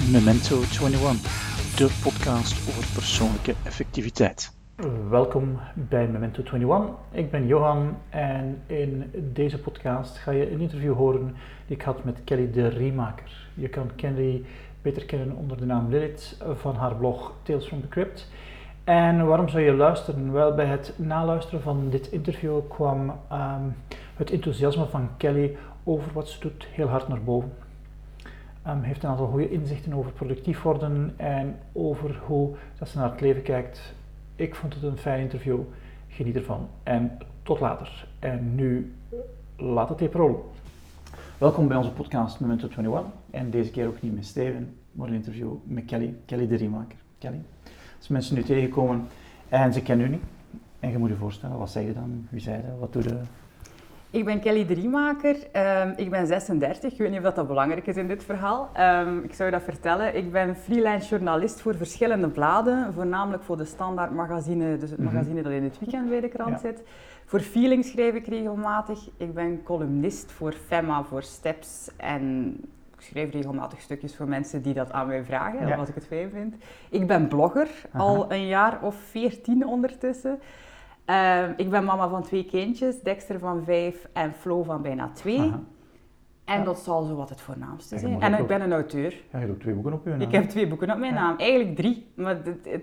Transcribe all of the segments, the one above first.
Memento 21, de podcast over persoonlijke effectiviteit. Welkom bij Memento 21. Ik ben Johan en in deze podcast ga je een interview horen die ik had met Kelly de Riemaker. Je kan Kelly beter kennen onder de naam Lilith van haar blog Tales from the Crypt. En waarom zou je luisteren? Wel, bij het naluisteren van dit interview kwam het enthousiasme van Kelly over wat ze doet heel hard naar boven. Heeft een aantal goede inzichten over productief worden en over hoe dat ze naar het leven kijkt. Ik vond het een fijn interview, geniet ervan en tot later. En nu laat het even rollen. Welkom bij onze podcast Memento 21 en deze keer ook niet met Steven, maar een interview met Kelly de Riemaker. Kelly, als mensen nu tegenkomen en ze kennen u niet en je moet je voorstellen, wat zeg je dan, wie zei dat, wat doe je? Ik ben Kelly de Riemaker, ik ben 36, ik weet niet of dat belangrijk is in dit verhaal. Ik zou je dat vertellen. Ik ben freelance journalist voor verschillende bladen, voornamelijk voor de Standaard magazine, dus het magazine dat in het weekend bij de krant zit. Voor Feeling schrijf ik regelmatig. Ik ben columnist voor Femma, voor Steps en ik schrijf regelmatig stukjes voor mensen die dat aan mij vragen, als ik het fijn vind. Ik ben blogger, al een jaar of 14 ondertussen. Ik ben mama van 2 kindjes, Dexter van 5 en Flo van bijna 2. En dat zal zo wat het voornaamste zijn. En ik ben een auteur. Ja, je hebt ook 2 boeken op je naam. Ik heb 2 boeken op mijn naam. Eigenlijk 3. Maar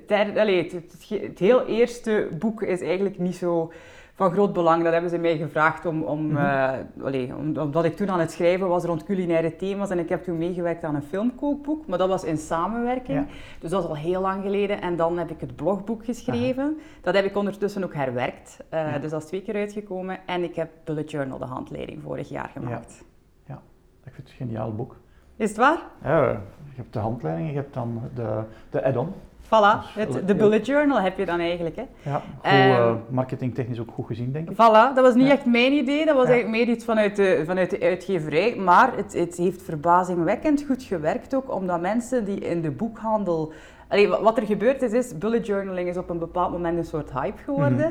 het heel eerste boek is eigenlijk niet zo van groot belang. Dat hebben ze mij gevraagd omdat ik toen aan het schrijven was rond culinaire thema's. En ik heb toen meegewerkt aan een filmkookboek. Maar dat was in samenwerking. Ja. Dus dat is al heel lang geleden. En dan heb ik het blogboek geschreven. Dat heb ik ondertussen ook herwerkt. Dus dat is 2 keer uitgekomen. En ik heb Bullet Journal, de handleiding, vorig jaar gemaakt. Ja, ik vind het een geniaal boek. Is het waar? Ja, je hebt de handleiding, je hebt dan de add-on. Voilà, de Bullet Journal heb je dan eigenlijk. Hè. Ja, goed, marketingtechnisch ook goed gezien, denk ik. Voilà, dat was niet echt mijn idee, dat was eigenlijk meer iets vanuit de uitgeverij. Maar het heeft verbazingwekkend goed gewerkt ook, omdat mensen die in de boekhandel... wat er gebeurd is, bullet journaling is op een bepaald moment een soort hype geworden.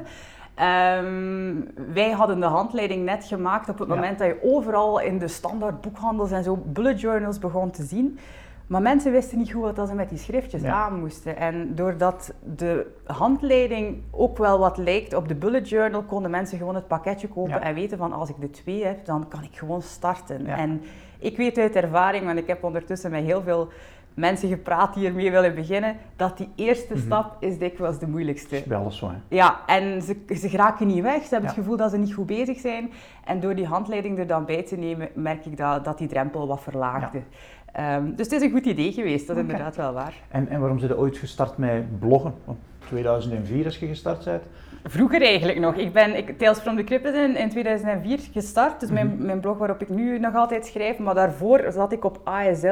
Wij hadden de handleiding net gemaakt op het moment dat je overal in de standaard boekhandels en zo bullet journals begon te zien. Maar mensen wisten niet goed wat ze met die schriftjes aan moesten. En doordat de handleiding ook wel wat lijkt op de bullet journal, konden mensen gewoon het pakketje kopen en weten van als ik de 2 heb, dan kan ik gewoon starten. Ja. En ik weet uit ervaring, want ik heb ondertussen met heel veel mensen gepraat die ermee willen beginnen, dat die eerste stap is dikwijls de moeilijkste. Dat is wel zo, hè? Ja, en ze geraken niet weg, ze hebben het gevoel dat ze niet goed bezig zijn. En door die handleiding er dan bij te nemen, merk ik dat die drempel wat verlaagde. Dus het is een goed idee geweest, dat is inderdaad wel waar. En waarom zijn je ooit gestart met bloggen? Want 2004 als je gestart bent? Vroeger eigenlijk nog. Tales from the Crypt is in 2004 gestart, dus mijn blog waarop ik nu nog altijd schrijf, maar daarvoor zat ik op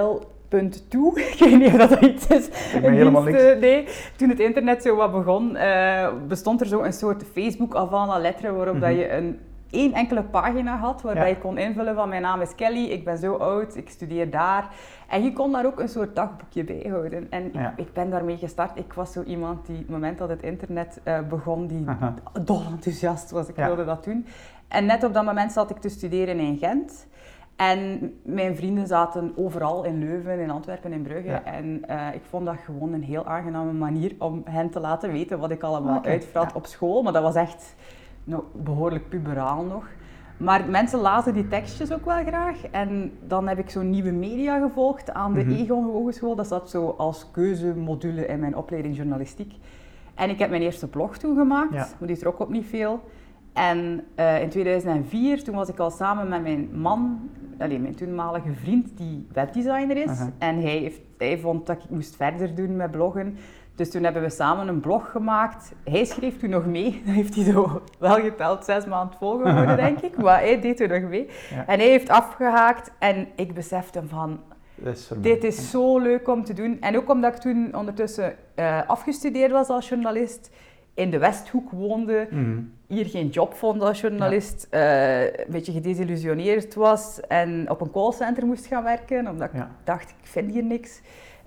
ASL.to. Ik weet niet of dat iets is. Ik ben helemaal niks. Nee, toen het internet zo wat begon, bestond er zo een soort Facebook avant la lettre waarop dat je één enkele pagina had waarbij je kon invullen van mijn naam is Kelly, ik ben zo oud, ik studeer daar. En je kon daar ook een soort dagboekje bij houden. En ik ben daarmee gestart. Ik was zo iemand die, op het moment dat het internet begon, die dol enthousiast was. Ik wilde dat doen. En net op dat moment zat ik te studeren in Gent. En mijn vrienden zaten overal in Leuven, in Antwerpen, in Brugge. Ja. En ik vond dat gewoon een heel aangename manier om hen te laten weten wat ik allemaal uitvrat op school. Maar dat was echt behoorlijk puberaal nog. Maar mensen lazen die tekstjes ook wel graag. En dan heb ik zo'n nieuwe media gevolgd aan de Egon Hogeschool. Dat zat zo als keuzemodule in mijn opleiding journalistiek. En ik heb mijn eerste blog toen gemaakt, maar die trok op niet veel. En in 2004, toen was ik al samen met mijn man, mijn toenmalige vriend, die webdesigner is. En hij vond dat ik moest verder doen met bloggen. Dus toen hebben we samen een blog gemaakt. Hij schreef toen nog mee. Dat heeft hij zo wel geteld 6 maanden volgehouden, denk ik. Maar hij deed er nog mee. Ja. En hij heeft afgehaakt. En ik besefte van, dit is zo leuk om te doen. En ook omdat ik toen ondertussen afgestudeerd was als journalist. In de Westhoek woonde. Hier geen job vond als journalist. Een beetje gedesillusioneerd was. En op een callcenter moest gaan werken. Omdat ik dacht, ik vind hier niks.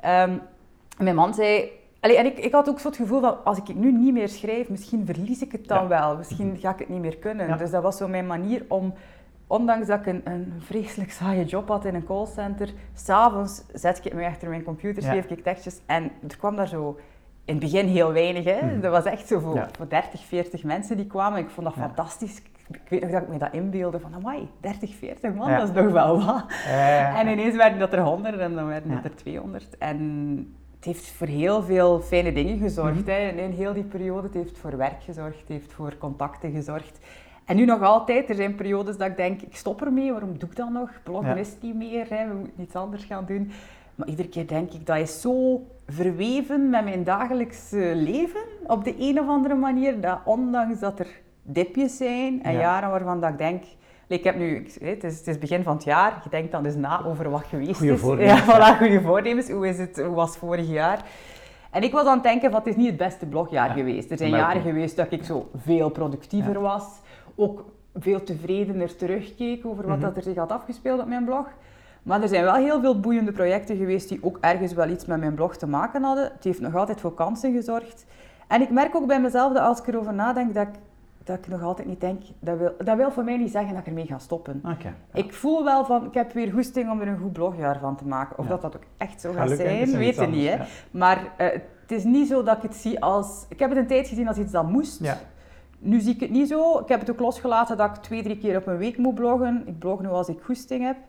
Mijn man zei... En ik had ook zo het gevoel van, als ik nu niet meer schrijf, misschien verlies ik het dan wel. Misschien ga ik het niet meer kunnen. Ja. Dus dat was zo mijn manier om ondanks dat ik een vreselijk saaie job had in een callcenter, 's avonds zet ik me achter mijn computer, schreef ik tekstjes en er kwam daar zo in het begin heel weinig. Hè. Dat was echt zo voor 30, 40 mensen die kwamen. Ik vond dat fantastisch. Ik weet nog dat ik me dat inbeelde van, amai, 30, 40 man, dat is nog wel wat. En ineens werden dat er 100 en dan werden het er 200. En het heeft voor heel veel fijne dingen gezorgd. Hè. In heel die periode, het heeft voor werk gezorgd, het heeft voor contacten gezorgd. En nu nog altijd, er zijn periodes dat ik denk, ik stop ermee, waarom doe ik dat nog? Bloggen is het niet meer, hè. We moeten iets anders gaan doen. Maar iedere keer denk ik, dat is zo verweven met mijn dagelijks leven op de een of andere manier, dat ondanks dat er dipjes zijn en jaren waarvan dat ik denk, ik heb nu, het is begin van het jaar, je denkt dan dus na over wat geweest goeie is. Voornemens, Goede voornemens. Hoe was het vorig jaar? En ik was aan het denken van, het is niet het beste blogjaar geweest. Er zijn jaren geweest dat ik zo veel productiever was, ook veel tevredener terugkeek over wat dat er zich had afgespeeld op mijn blog. Maar er zijn wel heel veel boeiende projecten geweest die ook ergens wel iets met mijn blog te maken hadden. Het heeft nog altijd voor kansen gezorgd. En ik merk ook bij mezelf dat als ik erover nadenk, dat ik nog altijd niet denk, dat wil voor mij niet zeggen dat ik ermee ga stoppen. Ik voel wel van, ik heb weer goesting om er een goed blogjaar van te maken. Of dat ook echt zo gaat zijn, weet je niet. Hè? Maar het is niet zo dat ik het zie als... Ik heb het een tijd gezien als iets dat moest. Nu zie ik het niet zo. Ik heb het ook losgelaten dat ik 2-3 keer op een week moet bloggen. Ik blog nu als ik goesting heb.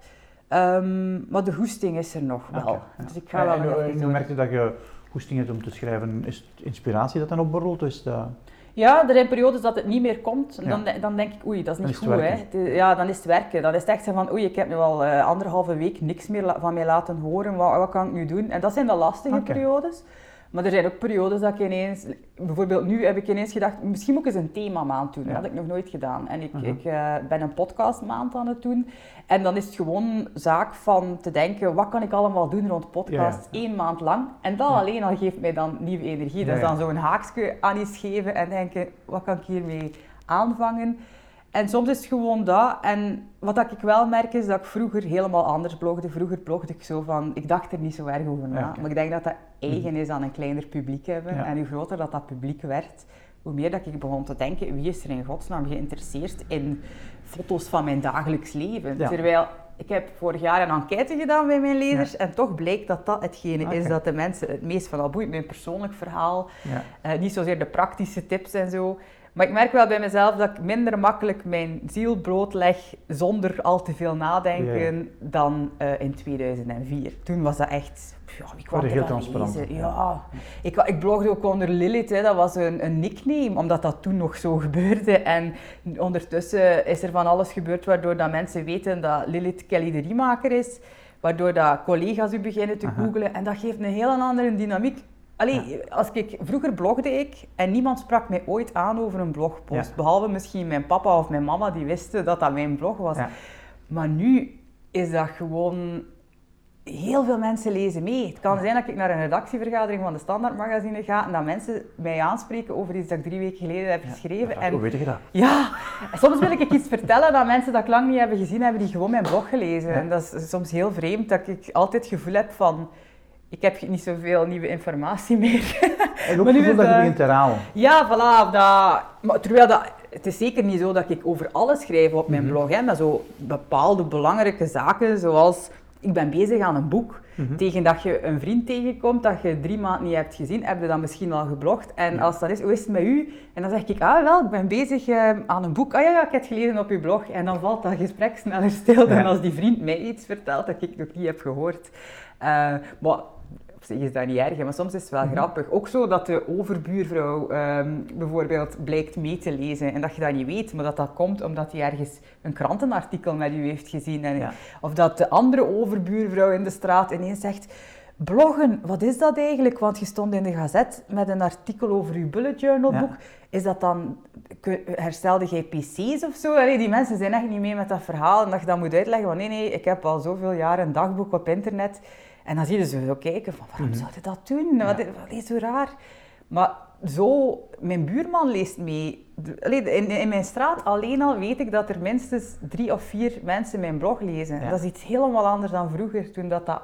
Maar de goesting is er nog wel. Dus ik ga wel en hoe merk je dat je goesting hebt om te schrijven? Is het inspiratie dat dan opborrelt? Ja, er zijn periodes dat het niet meer komt. Dan denk ik, oei, dat is niet goed. Hè. Dan is het werken. Dan is het echt zo van, oei, ik heb nu al 1,5 week niks meer van mij laten horen. Wat kan ik nu doen? En dat zijn de lastige periodes. Maar er zijn ook periodes dat ik ineens... Bijvoorbeeld nu heb ik ineens gedacht, misschien moet ik eens een themamaand doen. Dat had ik nog nooit gedaan. En ik ben een podcastmaand aan het doen. En dan is het gewoon zaak van te denken, wat kan ik allemaal doen rond podcasts 1 maand lang? En dat alleen al geeft mij dan nieuwe energie. Dus dan zo'n haakje aan iets geven en denken, wat kan ik hiermee aanvangen? En soms is het gewoon dat. En wat ik wel merk is dat ik vroeger helemaal anders blogde. Vroeger blogde ik zo van, ik dacht er niet zo erg over na. Maar ik denk dat dat eigen is aan een kleiner publiek hebben. En hoe groter dat publiek werd, hoe meer dat ik begon te denken, wie is er in godsnaam geïnteresseerd in foto's van mijn dagelijks leven? Terwijl, ik heb vorig jaar een enquête gedaan bij mijn lezers en toch blijkt dat dat hetgene is dat de mensen het meest van boeit. Mijn persoonlijk verhaal, niet zozeer de praktische tips en zo. Maar ik merk wel bij mezelf dat ik minder makkelijk mijn ziel blootleg zonder al te veel nadenken dan in 2004. Toen was dat echt... wie kwam er dan lezen? Ik blogde ook onder Lilith, hè. Dat was een nickname, omdat dat toen nog zo gebeurde. En ondertussen is er van alles gebeurd waardoor dat mensen weten dat Lilith Kelly de Riemaker is. Waardoor dat collega's u beginnen te googlen. En dat geeft een heel andere dynamiek. Vroeger blogde ik en niemand sprak mij ooit aan over een blogpost. Behalve misschien mijn papa of mijn mama die wisten dat dat mijn blog was. Maar nu is dat gewoon... Heel veel mensen lezen mee. Het kan zijn dat ik naar een redactievergadering van de Standaard magazine ga en dat mensen mij aanspreken over iets dat ik 3 weken geleden heb geschreven. Hoe weet je dat? Ja, soms wil ik iets vertellen dat mensen dat ik lang niet hebben gezien, hebben die gewoon mijn blog gelezen. En dat is soms heel vreemd dat ik altijd het gevoel heb van... Ik heb niet zoveel nieuwe informatie meer. En ook het gevoel dat je begint te herhalen. Ja, voilà. Maar terwijl het is zeker niet zo dat ik over alles schrijf op mijn blog. Hè, maar zo bepaalde belangrijke zaken, zoals... Ik ben bezig aan een boek. Tegen dat je een vriend tegenkomt dat je 3 maanden niet hebt gezien, heb je dan misschien al geblogd. En als dat is, hoe is het met u? En dan zeg ik, ik ben bezig aan een boek. Ik heb het gelezen op uw blog. En dan valt dat gesprek sneller stil dan als die vriend mij iets vertelt dat ik nog niet heb gehoord. Maar op zich is dat niet erg, maar soms is het wel grappig. Ook zo dat de overbuurvrouw bijvoorbeeld blijkt mee te lezen en dat je dat niet weet, maar dat komt omdat hij ergens een krantenartikel met u heeft gezien. Of dat de andere overbuurvrouw in de straat ineens zegt, bloggen, wat is dat eigenlijk? Want je stond in de Gazette met een artikel over uw bullet journal boek. Is dat dan, herstelde jij pc's of zo? Die mensen zijn echt niet mee met dat verhaal en dat je dat moet uitleggen van nee, ik heb al zoveel jaar een dagboek op internet. En dan zie je ze zo kijken van, waarom zou je dat doen? Wat is zo raar? Maar zo, mijn buurman leest mee. In mijn straat alleen al weet ik dat er minstens 3 of 4 mensen mijn blog lezen. Dat is iets helemaal anders dan vroeger, toen dat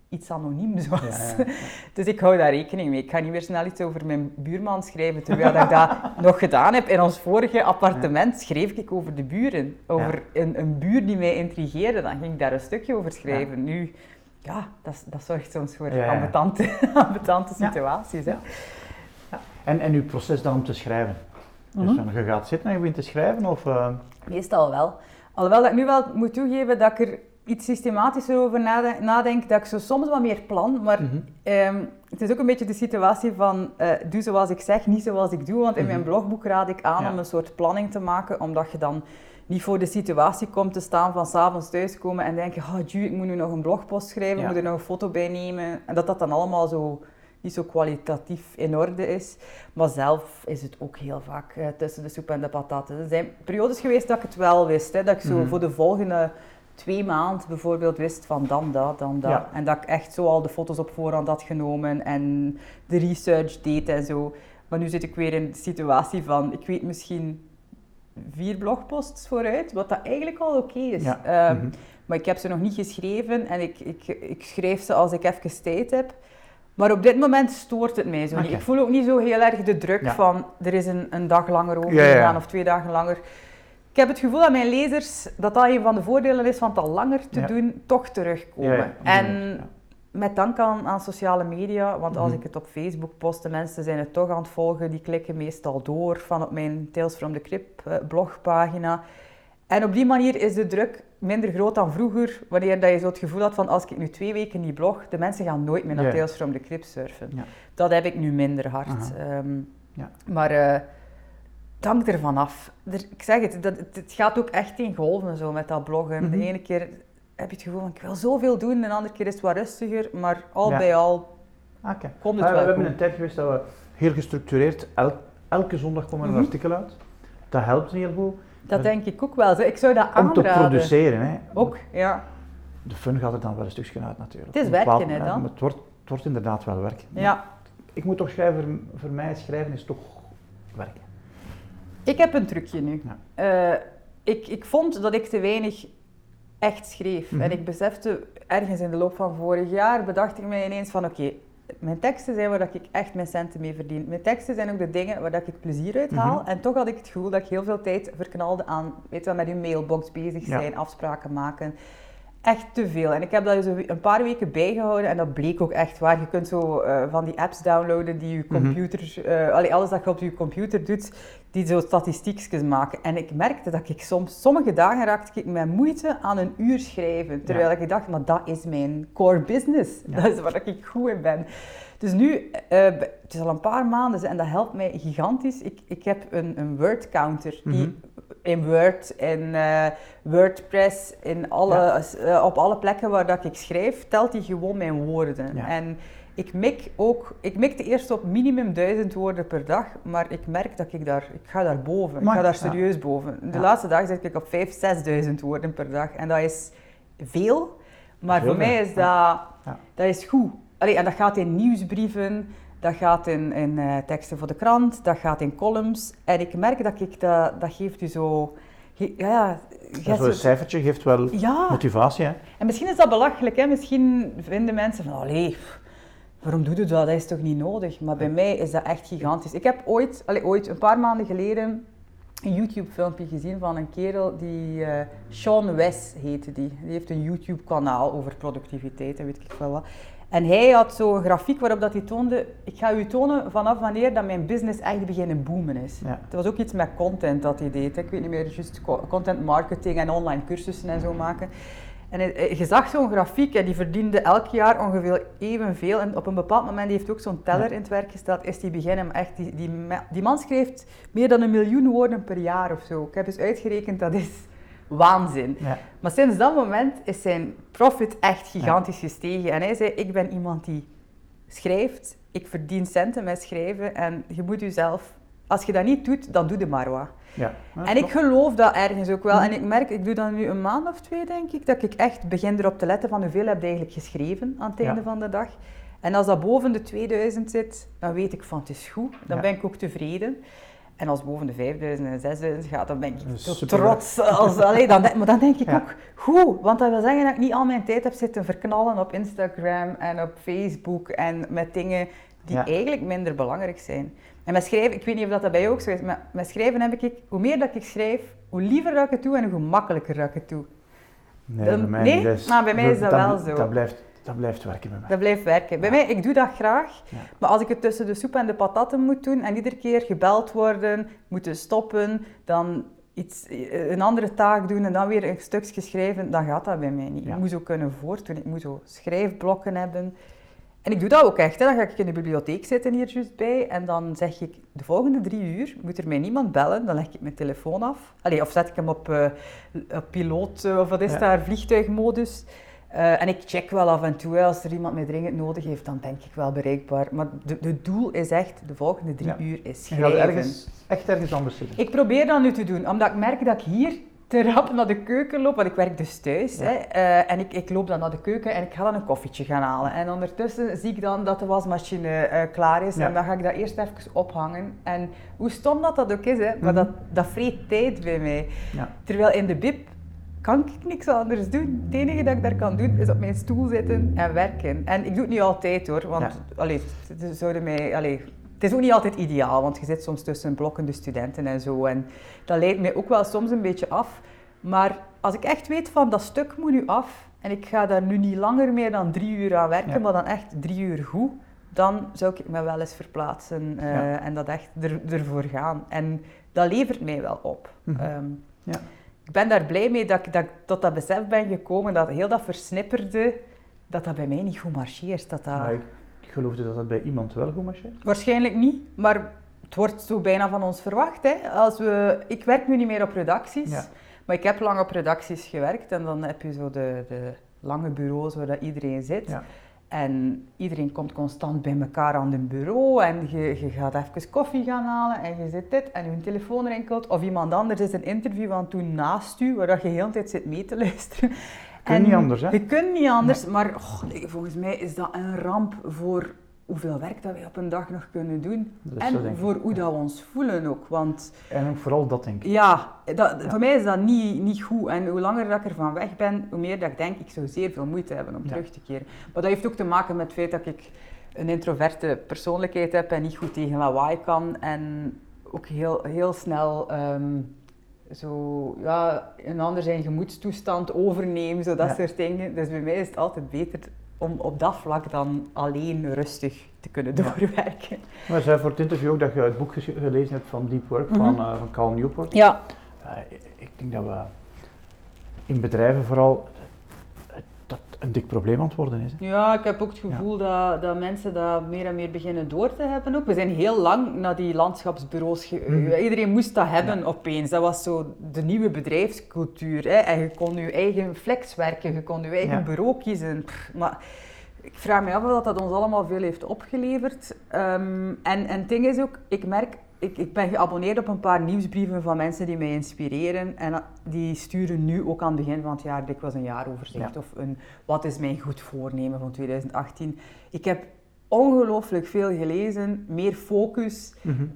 iets anoniems was. Ja. Dus ik hou daar rekening mee. Ik ga niet meer snel iets over mijn buurman schrijven, terwijl ik dat nog gedaan heb. In ons vorige appartement schreef ik over de buren. Over een buur die mij intrigeerde. Dan ging ik daar een stukje over schrijven. Nu, ja, dat zorgt soms voor ambetante situaties. Hè. Ja. En uw proces dan om te schrijven? Dus je gaat zitten en je begint te schrijven? Of, Meestal wel. Alhoewel dat ik nu wel moet toegeven dat ik er iets systematischer over nadenk, dat ik zo soms wat meer plan, maar het is ook een beetje de situatie van doe zoals ik zeg, niet zoals ik doe, want in mijn blogboek raad ik aan om een soort planning te maken, omdat je dan niet voor de situatie komt te staan van 's avonds thuiskomen en denken, ik moet nu nog een blogpost schrijven, moet er nog een foto bij nemen, en dat dan allemaal zo niet zo kwalitatief in orde is. Maar zelf is het ook heel vaak tussen de soep en de pataten. Er zijn periodes geweest dat ik het wel wist, hè, dat ik zo voor de volgende 2 maanden bijvoorbeeld wist van dan dat. Ja. En dat ik echt zo al de foto's op voorhand had genomen en de research deed en zo. Maar nu zit ik weer in de situatie van, ik weet misschien 4 blogposts vooruit, wat dat eigenlijk al oké is. Ja. Maar ik heb ze nog niet geschreven en ik schrijf ze als ik even tijd heb. Maar op dit moment stoort het mij zo niet. Ik voel ook niet zo heel erg de druk van, er is een dag langer over gegaan of 2 dagen langer. Ik heb het gevoel dat mijn lezers, dat een van de voordelen is van het al langer te doen, toch terugkomen. En met dank aan sociale media, want als ik het op Facebook post, de mensen zijn het toch aan het volgen, die klikken meestal door van op mijn Tales from the Crypt blogpagina. En op die manier is de druk minder groot dan vroeger, wanneer dat je zo het gevoel had van als ik nu 2 weken niet blog, de mensen gaan nooit meer naar Tales from the Crypt surfen. Ja. Dat heb ik nu minder hard. Maar dank ervan af. Ik zeg het gaat ook echt in golven zo met dat bloggen. De ene keer heb je het gevoel van ik wil zoveel doen, de andere keer is het wat rustiger, maar al bij al komt het wel. We hebben een tijd geweest dat we heel gestructureerd, elke zondag komen een artikel uit. Dat helpt een heleboel. Dat denk ik ook wel. Ik zou dat aanraden. Om te produceren, hè. Ook, ja. De fun gaat er dan wel een stukje uit natuurlijk. Het is werken, hè, dan. Maar het wordt inderdaad wel werk. Ja. Ik moet toch schrijven, voor mij schrijven is toch werken. Ik heb een trucje nu. Ja. Ik vond dat ik te weinig echt schreef. En ik besefte, ergens in de loop van vorig jaar, bedacht ik mij ineens van oké, mijn teksten zijn waar ik echt mijn centen mee verdien. Mijn teksten zijn ook de dingen waar ik plezier uit haal. En toch had ik het gevoel dat ik heel veel tijd verknalde aan, met uw mailbox bezig zijn, afspraken maken. Echt te veel. En ik heb dat zo een paar weken bijgehouden en dat bleek ook echt waar. Je kunt zo van die apps downloaden die je computer, alles dat je op je computer doet, die zo statistiekjes maken. En ik merkte dat ik sommige dagen raakte ik met moeite aan een uur schrijven. Terwijl ik dacht, maar dat is mijn core business. Ja. Dat is waar ik goed in ben. Dus nu, het is al een paar maanden en dat helpt mij gigantisch. Ik heb een word counter die in Word, in WordPress, op alle plekken waar dat ik schrijf, telt die gewoon mijn woorden. Ja. En ik mikte eerst op minimum 1000 woorden per dag, maar ik merk dat ik ga daar boven. Ik ga daar serieus boven. De laatste dagen zit ik op 5.000, 6.000 woorden per dag en dat is veel, maar voor mij is dat is goed. En dat gaat in nieuwsbrieven, dat gaat in teksten voor de krant, dat gaat in columns. En ik merk dat geeft u zo... Zo'n cijfertje geeft wel motivatie. Hè? En misschien is dat belachelijk. Hè? Misschien vinden mensen van... waarom doe je dat? Dat is toch niet nodig? Maar bij mij is dat echt gigantisch. Ik heb ooit, een paar maanden geleden, een YouTube-filmpje gezien van een kerel die... Sean Wes heette die. Die heeft een YouTube-kanaal over productiviteit en weet ik veel wat. En hij had zo'n grafiek waarop dat hij toonde, ik ga u tonen vanaf wanneer dat mijn business echt beginnen boomen is. Ja. Het was ook iets met content dat hij deed. Ik weet niet meer, juist content marketing en online cursussen en zo maken. En je zag zo'n grafiek en die verdiende elk jaar ongeveer evenveel. En op een bepaald moment heeft hij ook zo'n teller in het werk gesteld. Is die beginnen, echt, die man schreef meer dan 1 miljoen woorden per jaar of zo. Ik heb dus uitgerekend, dat is... waanzin. Ja. Maar sinds dat moment is zijn profit echt gigantisch gestegen. En hij zei, ik ben iemand die schrijft, ik verdien centen met schrijven en je moet jezelf, als je dat niet doet, dan doe je maar wat. Ja, en ik geloof dat ergens ook wel. En ik merk, ik doe dat nu een maand of 2 denk ik, dat ik echt begin erop te letten van hoeveel heb je eigenlijk geschreven aan het einde van de dag. En als dat boven de 2000 zit, dan weet ik van het is goed, dan ben ik ook tevreden. En als het boven de 5000 en 6000 gaat, dan ben ik zo trots. Maar dan denk ik ook, goed, want dat wil zeggen dat ik niet al mijn tijd heb zitten verknallen op Instagram en op Facebook en met dingen die eigenlijk minder belangrijk zijn. En met schrijven, ik weet niet of dat bij jou ook zo is, maar met schrijven heb ik, hoe meer dat ik schrijf, hoe liever dat ik het doe en hoe gemakkelijker dat ik het doe. Nee, bij mij niet. Dus, maar bij mij is dat wel zo. Dat blijft werken bij mij. Dat blijft werken. Bij mij, ik doe dat graag, maar als ik het tussen de soep en de patatten moet doen en iedere keer gebeld worden, moeten stoppen, dan een andere taak doen en dan weer een stukje schrijven, dan gaat dat bij mij niet. Ik moet zo kunnen voortdoen, ik moet zo schrijfblokken hebben. En ik doe dat ook echt, hè. Dan ga ik in de bibliotheek zitten hier juist bij en dan zeg ik, de volgende 3 uur moet er mij niemand bellen, dan leg ik mijn telefoon af. Of zet ik hem op piloot, of wat is daar, vliegtuigmodus. En ik check wel af en toe, als er iemand mij dringend nodig heeft, dan denk ik wel bereikbaar. Maar het doel is echt, de volgende 3 uur is schrijven. Je gaat ergens anders zitten. Ik probeer dat nu te doen, omdat ik merk dat ik hier te rap naar de keuken loop, want ik werk dus thuis. Hè, en ik loop dan naar de keuken en ik ga dan een koffietje gaan halen. En ondertussen zie ik dan dat de wasmachine klaar is en dan ga ik dat eerst even ophangen. En hoe stom dat ook is, hè, maar dat vreet tijd bij mij. Ja. Terwijl in de bib kan ik niks anders doen. Het enige dat ik daar kan doen is op mijn stoel zitten en werken. En ik doe het niet altijd hoor, want het is ook niet altijd ideaal, want je zit soms tussen blokkende studenten en zo. En dat leidt mij ook wel soms een beetje af. Maar als ik echt weet van dat stuk moet nu af en ik ga daar nu niet langer meer dan 3 uur aan werken, maar dan echt 3 uur goed, dan zou ik me wel eens verplaatsen en dat echt ervoor gaan. En dat levert mij wel op. Ik ben daar blij mee dat ik tot dat besef ben gekomen dat heel dat versnipperde, dat bij mij niet goed marcheert. Ik geloofde dat bij iemand wel goed marcheert? Waarschijnlijk niet, maar het wordt zo bijna van ons verwacht. Hè. Ik werk nu niet meer op redacties, maar ik heb lang op redacties gewerkt en dan heb je zo de lange bureaus waar dat iedereen zit. Ja. En iedereen komt constant bij elkaar aan het bureau en je gaat even koffie gaan halen en je zit dit en je telefoon rinkelt of iemand anders is een interview aan het doen naast u, waar dat je de hele tijd zit mee te luisteren. Je kunt niet anders, hè? Je kunt niet anders, maar volgens mij is dat een ramp voor hoeveel werk dat wij op een dag nog kunnen doen. En voor hoe dat we ons voelen ook. En ook vooral dat, denk ik. Voor mij is dat niet goed. En hoe langer dat ik ervan weg ben, hoe meer dat ik denk, ik zou zeer veel moeite hebben om terug te keren. Maar dat heeft ook te maken met het feit dat ik een introverte persoonlijkheid heb en niet goed tegen lawaai kan. En ook heel snel een ander zijn gemoedstoestand overnemen, zo dat soort dingen. Dus bij mij is het altijd beter om op dat vlak dan alleen rustig te kunnen doorwerken. Maar je zei voor het interview ook dat je het boek gelezen hebt van Deep Work van Cal Newport. Ja. Ik denk dat we in bedrijven vooral dat een dik probleem aan het worden is. Hè? Ja, ik heb ook het gevoel dat mensen dat meer en meer beginnen door te hebben ook. We zijn heel lang naar die landschapsbureaus iedereen moest dat hebben opeens. Dat was zo de nieuwe bedrijfscultuur. Hè? En je kon je eigen flex werken, je kon je eigen bureau kiezen. Maar ik vraag me af of dat ons allemaal veel heeft opgeleverd. En het ding is ook, ik merk, ik ben geabonneerd op een paar nieuwsbrieven van mensen die mij inspireren en die sturen nu ook aan het begin van het jaar dikwijls een jaaroverzicht of wat is mijn goed voornemen van 2018. Ik heb ongelooflijk veel gelezen, meer focus,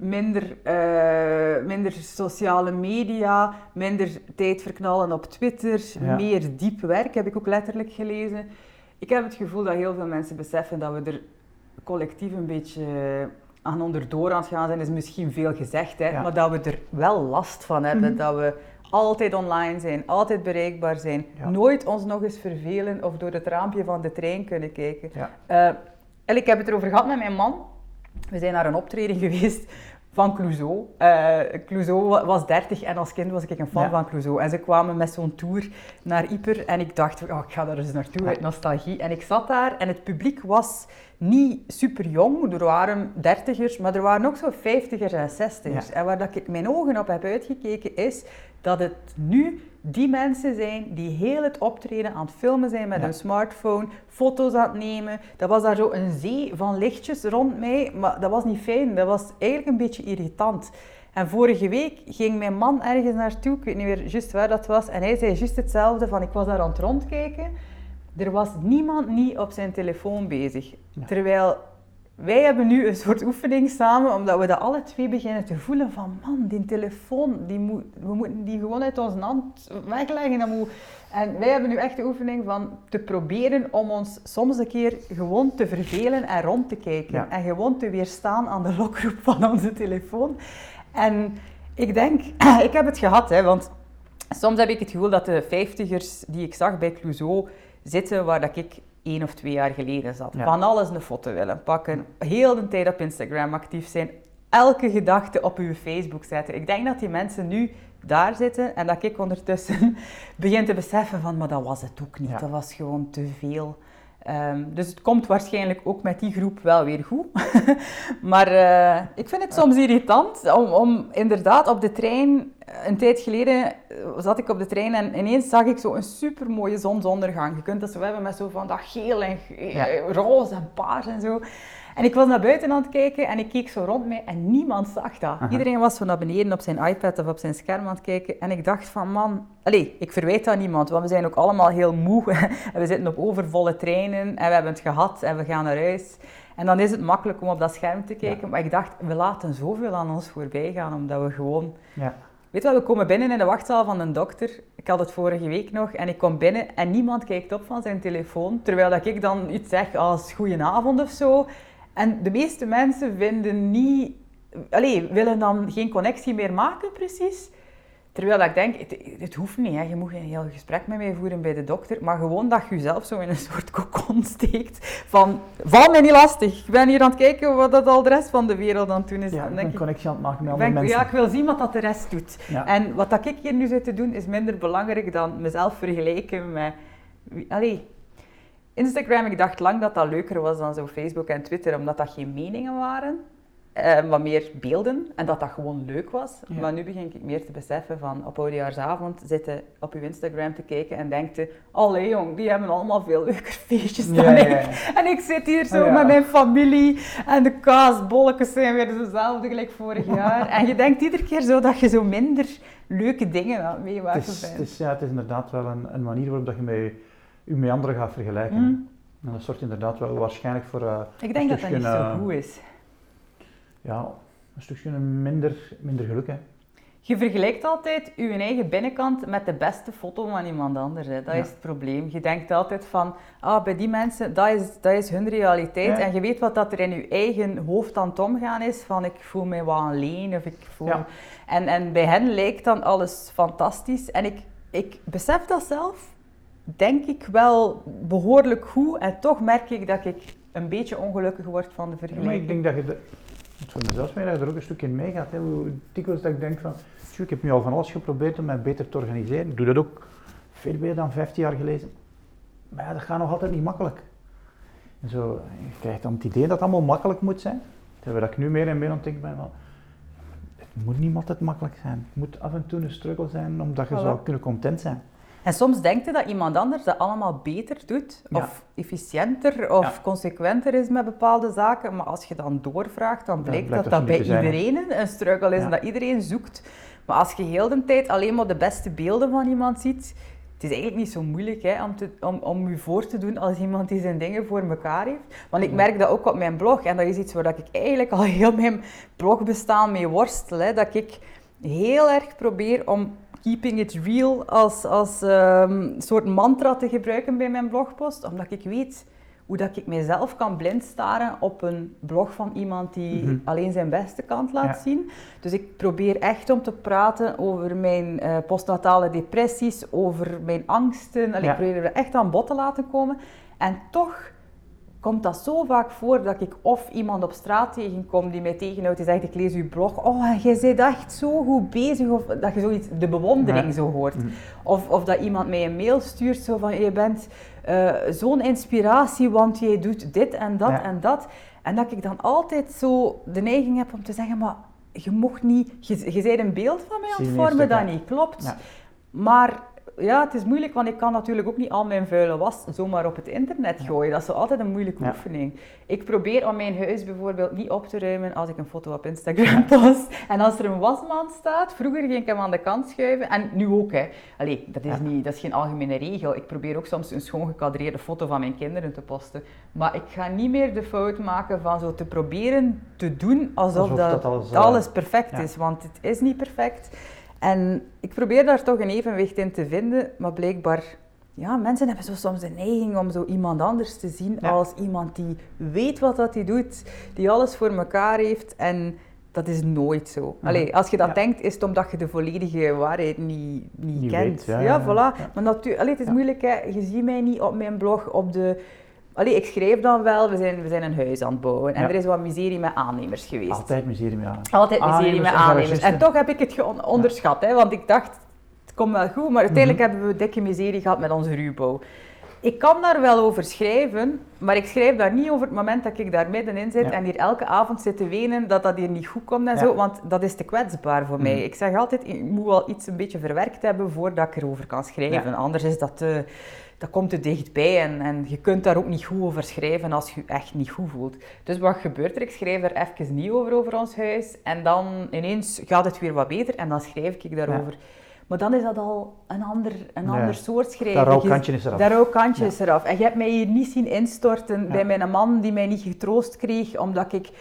minder sociale media, minder tijd verknallen op Twitter, meer diep werk heb ik ook letterlijk gelezen. Ik heb het gevoel dat heel veel mensen beseffen dat we er collectief een beetje aan onderdoor aan het gaan zijn, is misschien veel gezegd, hè, maar dat we er wel last van hebben, dat we altijd online zijn, altijd bereikbaar zijn, nooit ons nog eens vervelen of door het raampje van de trein kunnen kijken. En ik heb het erover gehad met mijn man. We zijn naar een optreden geweest van Clouseau. Clouseau was 30 en als kind was ik een fan van Clouseau. En ze kwamen met zo'n tour naar Yper en ik dacht, ik ga daar eens naartoe uit nostalgie. En ik zat daar en het publiek was niet super jong, er waren 30ers, maar er waren ook zo 50ers en 60ers. En waar dat ik mijn ogen op heb uitgekeken is dat het nu die mensen zijn die heel het optreden aan het filmen zijn met hun smartphone, foto's aan het nemen. Dat was daar zo een zee van lichtjes rond mij, maar dat was niet fijn, dat was eigenlijk een beetje irritant. En vorige week ging mijn man ergens naartoe, ik weet niet meer juist waar dat was, en hij zei juist hetzelfde van ik was daar aan het rondkijken. Er was niemand niet op zijn telefoon bezig. Terwijl wij hebben nu een soort oefening samen, omdat we dat alle twee beginnen te voelen van, man, die telefoon, we moeten die gewoon uit onze hand wegleggen. En wij hebben nu echt de oefening van te proberen om ons soms een keer gewoon te vervelen en rond te kijken. Ja. En gewoon te weerstaan aan de lokroep van onze telefoon. En ik denk, ik heb het gehad, hè, want soms heb ik het gevoel dat de 50ers die ik zag bij Clouseau zitten waar dat ik 1 of 2 jaar geleden zat. Ja. Van alles een foto willen pakken, heel de tijd op Instagram actief zijn, elke gedachte op uw Facebook zetten. Ik denk dat die mensen nu daar zitten en dat ik ondertussen begin te beseffen van, maar dat was het ook niet, dat was gewoon te veel. Dus het komt waarschijnlijk ook met die groep wel weer goed. Maar ik vind het soms irritant om inderdaad op de trein, een tijd geleden zat ik op de trein en ineens zag ik zo een supermooie zonsondergang. Je kunt dat zo hebben met zo van dat geel en roze en paars en zo. En ik was naar buiten aan het kijken en ik keek zo rond mij en niemand zag dat. Aha. Iedereen was zo naar beneden op zijn iPad of op zijn scherm aan het kijken. En ik dacht van, man, ik verwijt dat niemand, want we zijn ook allemaal heel moe. En we zitten op overvolle treinen en we hebben het gehad en we gaan naar huis. En dan is het makkelijk om op dat scherm te kijken. Ja. Maar ik dacht, we laten zoveel aan ons voorbij gaan, omdat we gewoon... Ja. Weet je wat, we komen binnen in de wachtzaal van een dokter. Ik had het vorige week nog en ik kom binnen en niemand kijkt op van zijn telefoon. Terwijl dat ik dan iets zeg als goedenavond of zo. En de meeste mensen willen dan geen connectie meer maken, precies. Terwijl dat ik denk, het hoeft niet, hè. Je moet geen heel gesprek met mij voeren bij de dokter, maar gewoon dat je jezelf zo in een soort kokon steekt van, val mij niet lastig, ik ben hier aan het kijken wat dat al de rest van de wereld aan het doen is. Ja, dan denk een connectie aan het maken met andere mensen. Ja, ik wil zien wat dat de rest doet. Ja. En wat dat ik hier nu zit te doen is minder belangrijk dan mezelf vergelijken met... Instagram, ik dacht lang dat dat leuker was dan zo Facebook en Twitter, omdat dat geen meningen waren, maar meer beelden en dat dat gewoon leuk was. Ja. Maar nu begin ik meer te beseffen van op oudejaarsavond zitten op uw Instagram te kijken en denken, allee jong, die hebben allemaal veel leuker feestjes dan ik. Ja. En ik zit hier zo met mijn familie en de kaasbolletjes zijn weer dezelfde gelijk vorig jaar. En je denkt iedere keer zo dat je zo minder leuke dingen aan het meemaken bent. Het is inderdaad wel een manier waarop dat je met anderen gaat vergelijken. En dat zorgt inderdaad wel waarschijnlijk voor... ik denk dat dat niet zo goed is. Ja, een stukje minder geluk, hè. Je vergelijkt altijd je eigen binnenkant met de beste foto van iemand anders. Hè. Dat is het probleem. Je denkt altijd van, bij die mensen, dat is hun realiteit. Ja. En je weet wat dat er in je eigen hoofd aan het omgaan is. Van, ik voel me wat alleen, of ik voel... Ja. En bij hen lijkt dan alles fantastisch. En ik besef dat zelf, denk ik wel behoorlijk goed. En toch merk ik dat ik een beetje ongelukkig word van de vergelijking. Maar ik denk dat je... voor mezelf mee dat je er ook een stukje in meegaat. Dikwijls dat ik denk van, ik heb nu al van alles geprobeerd om mij beter te organiseren. Ik doe dat ook veel beter dan 15 jaar geleden. Maar ja, dat gaat nog altijd niet makkelijk. En zo, je krijgt dan het idee dat het allemaal makkelijk moet zijn. Terwijl ik nu meer en meer aan het denken ben van, het moet niet altijd makkelijk zijn. Het moet af en toe een struggle zijn, omdat je zou kunnen content zijn. En soms denkt je dat iemand anders dat allemaal beter doet, of efficiënter, of consequenter is met bepaalde zaken. Maar als je dan doorvraagt, dan blijkt dat bij iedereen een struggle is en dat iedereen zoekt. Maar als je heel de tijd alleen maar de beste beelden van iemand ziet, het is eigenlijk niet zo moeilijk hè, om je voor te doen als iemand die zijn dingen voor elkaar heeft. Want ik merk dat ook op mijn blog, en dat is iets waar ik eigenlijk al heel mijn blogbestaan mee worstel, hè, dat ik heel erg probeer om keeping it real als soort mantra te gebruiken bij mijn blogpost, omdat ik weet hoe dat ik mezelf kan blind staren op een blog van iemand die alleen zijn beste kant laat zien. Dus ik probeer echt om te praten over mijn postnatale depressies, over mijn angsten. Ik probeer er echt aan bod te laten komen. En toch komt dat zo vaak voor dat ik of iemand op straat tegenkom die mij tegenhoudt en zegt, ik lees uw blog, jij bent echt zo goed bezig, of dat je zoiets, de bewondering zo hoort. Of dat iemand mij een mail stuurt, zo van, je bent zo'n inspiratie, want jij doet dit en dat en dat. En dat ik dan altijd zo de neiging heb om te zeggen, maar je mocht niet, je bent een beeld van mij aan het vormen dat niet klopt. Ja. Maar ja, het is moeilijk, want ik kan natuurlijk ook niet al mijn vuile was zomaar op het internet gooien. Dat is zo altijd een moeilijke oefening. Ik probeer om mijn huis bijvoorbeeld niet op te ruimen als ik een foto op Instagram post. En als er een wasmand staat, vroeger ging ik hem aan de kant schuiven. En nu ook, hè. Allee, dat is geen algemene regel. Ik probeer ook soms een schoon gecadreerde foto van mijn kinderen te posten. Maar ik ga niet meer de fout maken van zo te proberen te doen alsof dat alles perfect is. Want het is niet perfect. En ik probeer daar toch een evenwicht in te vinden, maar blijkbaar, ja, mensen hebben zo soms de neiging om zo iemand anders te zien als iemand die weet wat dat hij doet, die alles voor elkaar heeft en dat is nooit zo. Allee, als je dat denkt, is het omdat je de volledige waarheid niet kent. Weet, voilà. Ja. Maar natuurlijk, het is moeilijk, hè. Je ziet mij niet op mijn blog op de... Allee, ik schreef dan wel, we zijn een huis aan het bouwen en er is wat miserie met aannemers geweest. Altijd miserie met aannemers. Altijd miserie met aannemers. En toch heb ik het onderschat, hè, want ik dacht, het komt wel goed, maar uiteindelijk hebben we dikke miserie gehad met onze ruwbouw. Ik kan daar wel over schrijven, maar ik schrijf daar niet over het moment dat ik daar middenin zit en hier elke avond zit te wenen dat dat hier niet goed komt en zo, want dat is te kwetsbaar voor mij. Ik zeg altijd, ik moet wel iets een beetje verwerkt hebben voordat ik erover kan schrijven, anders is dat dat komt te dichtbij en je kunt daar ook niet goed over schrijven als je je echt niet goed voelt. Dus wat gebeurt er? Ik schrijf er even niet over ons huis en dan ineens gaat het weer wat beter en dan schrijf ik daarover. Ja. Maar dan is dat al een ander soort schrijven. Dat rauw kantje is eraf. Dat rauw kantje is eraf. En je hebt mij hier niet zien instorten bij mijn man die mij niet getroost kreeg omdat ik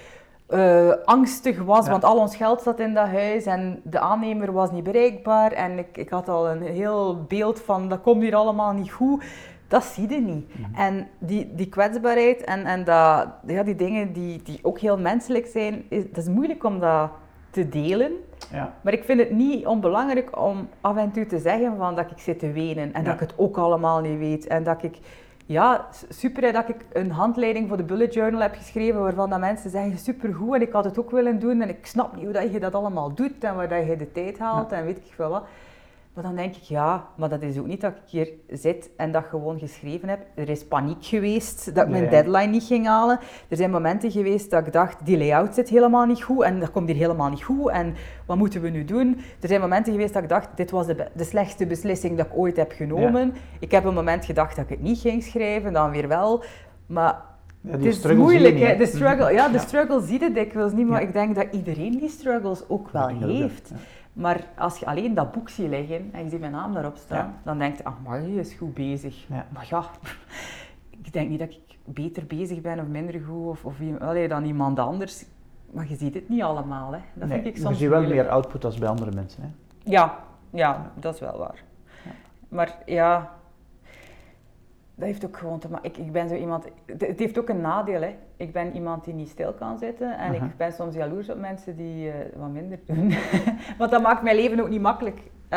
angstig was, want al ons geld zat in dat huis en de aannemer was niet bereikbaar en ik had al een heel beeld van dat komt hier allemaal niet goed. Dat zie je niet. En die kwetsbaarheid en die dingen die ook heel menselijk zijn, dat is moeilijk om dat te delen. Ja. Maar ik vind het niet onbelangrijk om af en toe te zeggen van dat ik zit te wenen en dat ik het ook allemaal niet weet en dat ik... Ja, super dat ik een handleiding voor de bullet journal heb geschreven waarvan dat mensen zeggen supergoed en ik had het ook willen doen en ik snap niet hoe dat je dat allemaal doet en waar dat je de tijd haalt en weet ik veel wat. Maar dan denk ik, ja, maar dat is ook niet dat ik hier zit en dat gewoon geschreven heb. Er is paniek geweest dat ik mijn deadline niet ging halen. Er zijn momenten geweest dat ik dacht, die layout zit helemaal niet goed en dat komt hier helemaal niet goed en wat moeten we nu doen? Er zijn momenten geweest dat ik dacht, dit was de slechtste beslissing dat ik ooit heb genomen. Ja. Ik heb een moment gedacht dat ik het niet ging schrijven, dan weer wel. Maar het is moeilijk, hè? De struggle zie je dikwijls niet, maar ik denk dat iedereen die struggles ook wel heeft. Ja. Maar als je alleen dat boek ziet liggen en je ziet mijn naam daarop staan, dan denk je, maar je is goed bezig. Ja. Maar ja, ik denk niet dat ik beter bezig ben of minder goed dan iemand anders. Maar je ziet het niet allemaal, hè. Dat vind ik soms je ziet wel meer output als bij andere mensen, hè. Ja, dat is wel waar. Ja. Maar ja... Dat heeft ook gewoon te maken. Ik ben zo iemand... Het heeft ook een nadeel, hè. Ik ben iemand die niet stil kan zitten en ik ben soms jaloers op mensen die wat minder doen. Want dat maakt mijn leven ook niet makkelijk.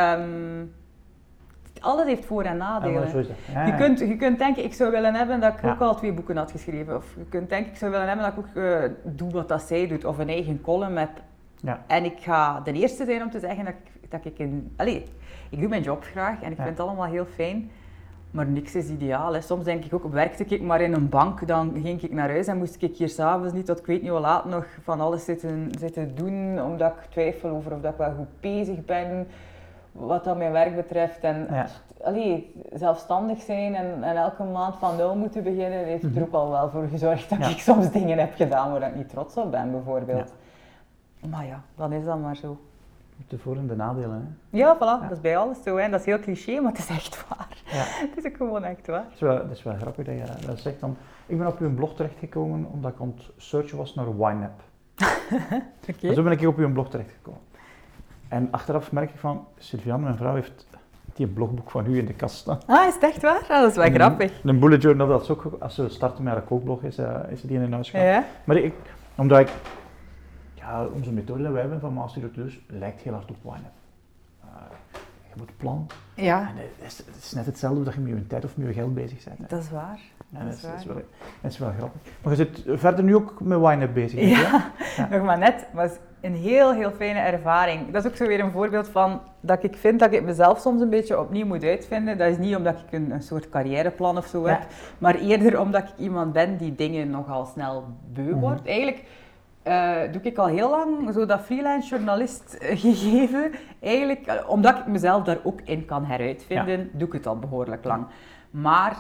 Alles heeft voor- en nadelen. Zo is dat. Ja. Je kunt denken, ik zou willen hebben dat ik ook al 2 boeken had geschreven. Of je kunt denken, ik zou willen hebben dat ik ook doe wat dat zij doet. Of een eigen column heb. Ja. En ik ga de eerste zijn om te zeggen dat ik ik doe mijn job graag en ik vind het allemaal heel fijn. Maar niks is ideaal. Hè. Soms denk ik ook, werkte ik maar in een bank, dan ging ik naar huis en moest ik hier s'avonds niet tot ik weet niet hoe laat nog van alles zitten doen, omdat ik twijfel over of dat ik wel goed bezig ben, wat dat mijn werk betreft. En zelfstandig zijn en elke maand van 0 moeten beginnen, heeft er ook al wel voor gezorgd dat ik soms dingen heb gedaan waar ik niet trots op ben, bijvoorbeeld. Ja. Maar ja, dan is dat maar zo. De voor- en de nadelen, hè? Ja, voilà. Dat is bij alles zo, hè. Dat is heel cliché, maar het is echt waar. Ja. Het is ook gewoon echt waar. Dat is wel grappig dat je dat zegt. Ik ben op uw blog terechtgekomen omdat ik aan het searchen was naar YNAB. Okay. Zo ben ik op uw blog terechtgekomen. En achteraf merk ik van, Sylviane, mijn vrouw, heeft die blogboek van u in de kast staan. Ah, is het echt waar? Dat is wel grappig. Een bullet journal, dat is ook, als ze starten met haar kookblog, is die in huis gaan. Ja. Maar omdat ik... Ja, onze methode die wij hebben van Master dus lijkt heel hard op YNAB. Je moet plannen. Ja. En het is net hetzelfde dat je met je tijd of met je geld bezig bent. Hè. Dat is waar. Dat is wel grappig. Maar je zit verder nu ook met YNAB bezig. Ja, nog maar net. Maar het is een heel, heel fijne ervaring. Dat is ook zo weer een voorbeeld van dat ik vind dat ik mezelf soms een beetje opnieuw moet uitvinden. Dat is niet omdat ik een soort carrièreplan of zo heb, maar eerder omdat ik iemand ben die dingen nogal snel beu wordt. Eigenlijk... doe ik al heel lang zo dat freelance journalist gegeven. Eigenlijk, omdat ik mezelf daar ook in kan heruitvinden, doe ik het al behoorlijk lang. Maar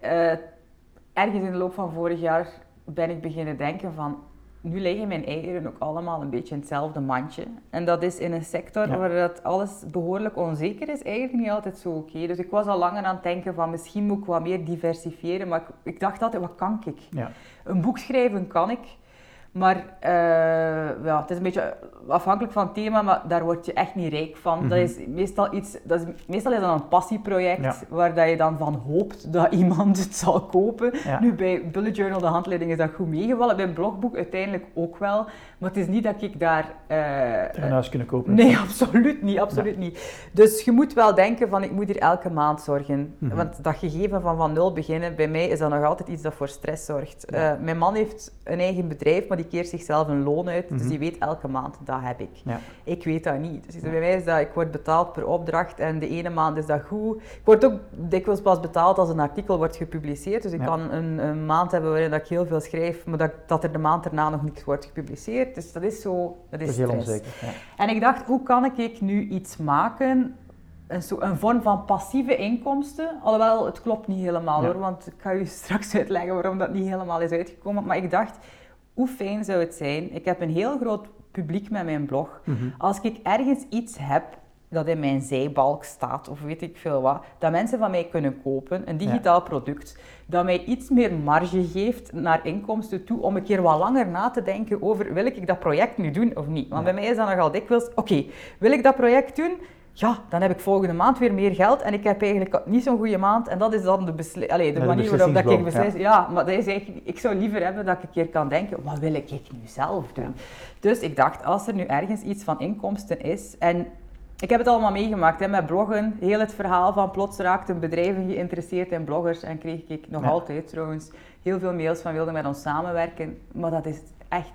ergens in de loop van vorig jaar ben ik beginnen denken van, nu liggen mijn eieren ook allemaal een beetje in hetzelfde mandje. En dat is in een sector waar dat alles behoorlijk onzeker is, eigenlijk niet altijd zo oké. Dus ik was al langer aan het denken van, misschien moet ik wat meer diversifiëren. Maar ik dacht altijd, wat kan ik? Ja. Een boek schrijven kan ik. Maar het is een beetje afhankelijk van het thema, maar daar word je echt niet rijk van. Dat is meestal is dat een passieproject waar dat je dan van hoopt dat iemand het zal kopen. Ja. Nu bij Bullet Journal, de handleiding, is dat goed meegevallen. Bij een blogboek uiteindelijk ook wel. Maar het is niet dat ik daar... een huis kunnen kopen. Nee, absoluut niet. Dus je moet wel denken van, ik moet hier elke maand zorgen. Want dat gegeven van nul beginnen, bij mij is dat nog altijd iets dat voor stress zorgt. Ja. Mijn man heeft een eigen bedrijf, maar die keert zichzelf een loon uit. Dus die weet elke maand, dat heb ik. Ja. Ik weet dat niet. Dus bij mij is dat, ik word betaald per opdracht en de ene maand is dat goed. Ik word ook dikwijls pas betaald als een artikel wordt gepubliceerd. Dus ik kan een maand hebben waarin dat ik heel veel schrijf, maar dat er de maand erna nog niks wordt gepubliceerd. Dus dat is zo, dat is heel onzeker. Ja. En ik dacht, hoe kan ik nu iets maken, een vorm van passieve inkomsten? Alhoewel, het klopt niet helemaal hoor, want ik ga je straks uitleggen waarom dat niet helemaal is uitgekomen. Maar ik dacht, hoe fijn zou het zijn? Ik heb een heel groot publiek met mijn blog. Als ik ergens iets heb dat in mijn zijbalk staat, of weet ik veel wat, dat mensen van mij kunnen kopen, een digitaal product, dat mij iets meer marge geeft naar inkomsten toe, om een keer wat langer na te denken over, wil ik dat project nu doen of niet? Want bij mij is dat nogal dikwijls, oké, wil ik dat project doen? Ja, dan heb ik volgende maand weer meer geld en ik heb eigenlijk niet zo'n goede maand en dat is dan de manier waarop dat ik beslis. Ja, maar dat is eigenlijk, ik zou liever hebben dat ik een keer kan denken, wat wil ik nu zelf doen? Dus ik dacht, als er nu ergens iets van inkomsten is, en ik heb het allemaal meegemaakt met bloggen, heel het verhaal van plots raakten bedrijven geïnteresseerd in bloggers en kreeg ik nog altijd trouwens heel veel mails van wilden met ons samenwerken, maar dat is echt...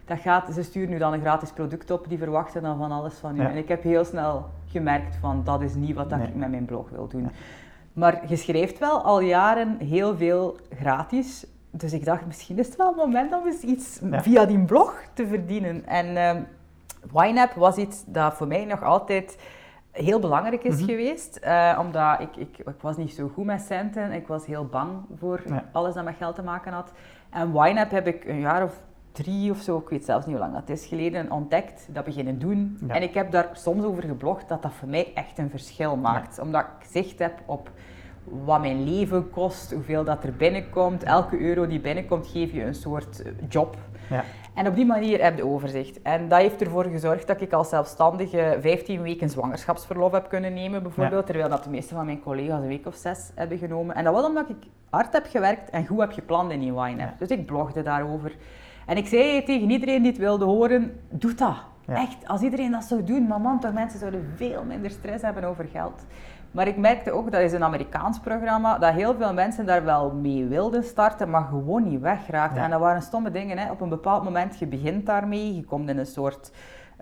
Ze sturen nu dan een gratis product op, die verwachten dan van alles van u. En ik heb heel snel gemerkt van, dat is niet wat ik met mijn blog wil doen. Ja. Maar je schrijft wel al jaren heel veel gratis. Dus ik dacht, misschien is het wel het moment om eens iets via die blog te verdienen. En YNAB was iets dat voor mij nog altijd heel belangrijk is geweest. Omdat ik was niet zo goed met centen. Ik was heel bang voor alles dat met geld te maken had. En YNAB heb ik een jaar of 3 of zo, ik weet zelfs niet hoe lang dat is geleden, ontdekt, dat beginnen doen. Ja. En ik heb daar soms over geblogd dat voor mij echt een verschil maakt. Ja. Omdat ik zicht heb op wat mijn leven kost, hoeveel dat er binnenkomt. Elke euro die binnenkomt, geef je een soort job. Ja. En op die manier heb je overzicht. En dat heeft ervoor gezorgd dat ik als zelfstandige 15 weken zwangerschapsverlof heb kunnen nemen, bijvoorbeeld. Terwijl dat de meeste van mijn collega's een week of 6 hebben genomen. En dat was omdat ik hard heb gewerkt en goed heb gepland in die YNAB. Ja. Dus ik blogde daarover. En ik zei tegen iedereen die het wilde horen, doe dat. Ja. Echt, als iedereen dat zou doen, maar man, toch mensen zouden veel minder stress hebben over geld. Maar ik merkte ook, dat is een Amerikaans programma, dat heel veel mensen daar wel mee wilden starten, maar gewoon niet wegraakten. Ja. En dat waren stomme dingen. Hè. Op een bepaald moment, je begint daarmee, je komt in een soort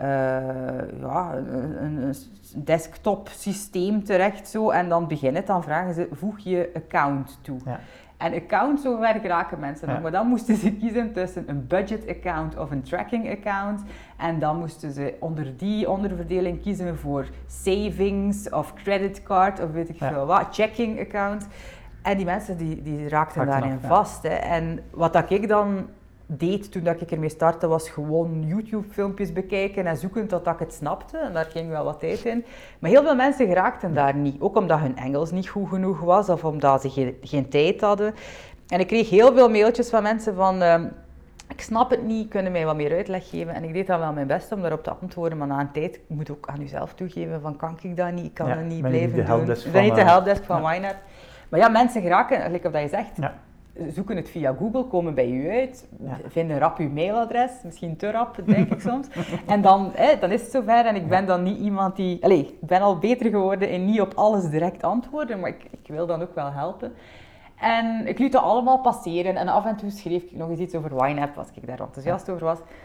een desktop systeem terecht zo, en dan dan vragen ze, voeg je account toe. Ja. En account, zo ver geraken mensen nog, maar dan moesten ze kiezen tussen een budget account of een tracking account. En dan moesten ze onder die onderverdeling kiezen voor savings of creditcard of weet ik veel wat, checking account. En die mensen die raakten daarin vast. Hè. En wat dat ik dan deed toen dat ik ermee startte, was gewoon YouTube-filmpjes bekijken en zoeken totdat ik het snapte. En daar ging wel wat tijd in. Maar heel veel mensen geraakten daar niet. Ook omdat hun Engels niet goed genoeg was of omdat ze geen tijd hadden. En ik kreeg heel veel mailtjes van mensen van... ik snap het niet, kunnen mij wat meer uitleg geven? En ik deed dan wel mijn best om daarop te antwoorden, maar na een tijd, ik moet ook aan uzelf toegeven van, kan ik dat niet? Ik kan het niet blijven doen. Ik ben niet de helpdesk van YNAB. Maar ja, mensen geraken, gelijk of dat je zegt... Ja. Zoeken het via Google, komen bij u uit, vinden rap uw mailadres, misschien te rap, denk ik soms. En dan is het zover en ik ben dan niet iemand die... ik ben al beter geworden in niet op alles direct antwoorden, maar ik wil dan ook wel helpen. En ik liet dat allemaal passeren en af en toe schreef ik nog eens iets over YNAB, als ik daar enthousiast over was.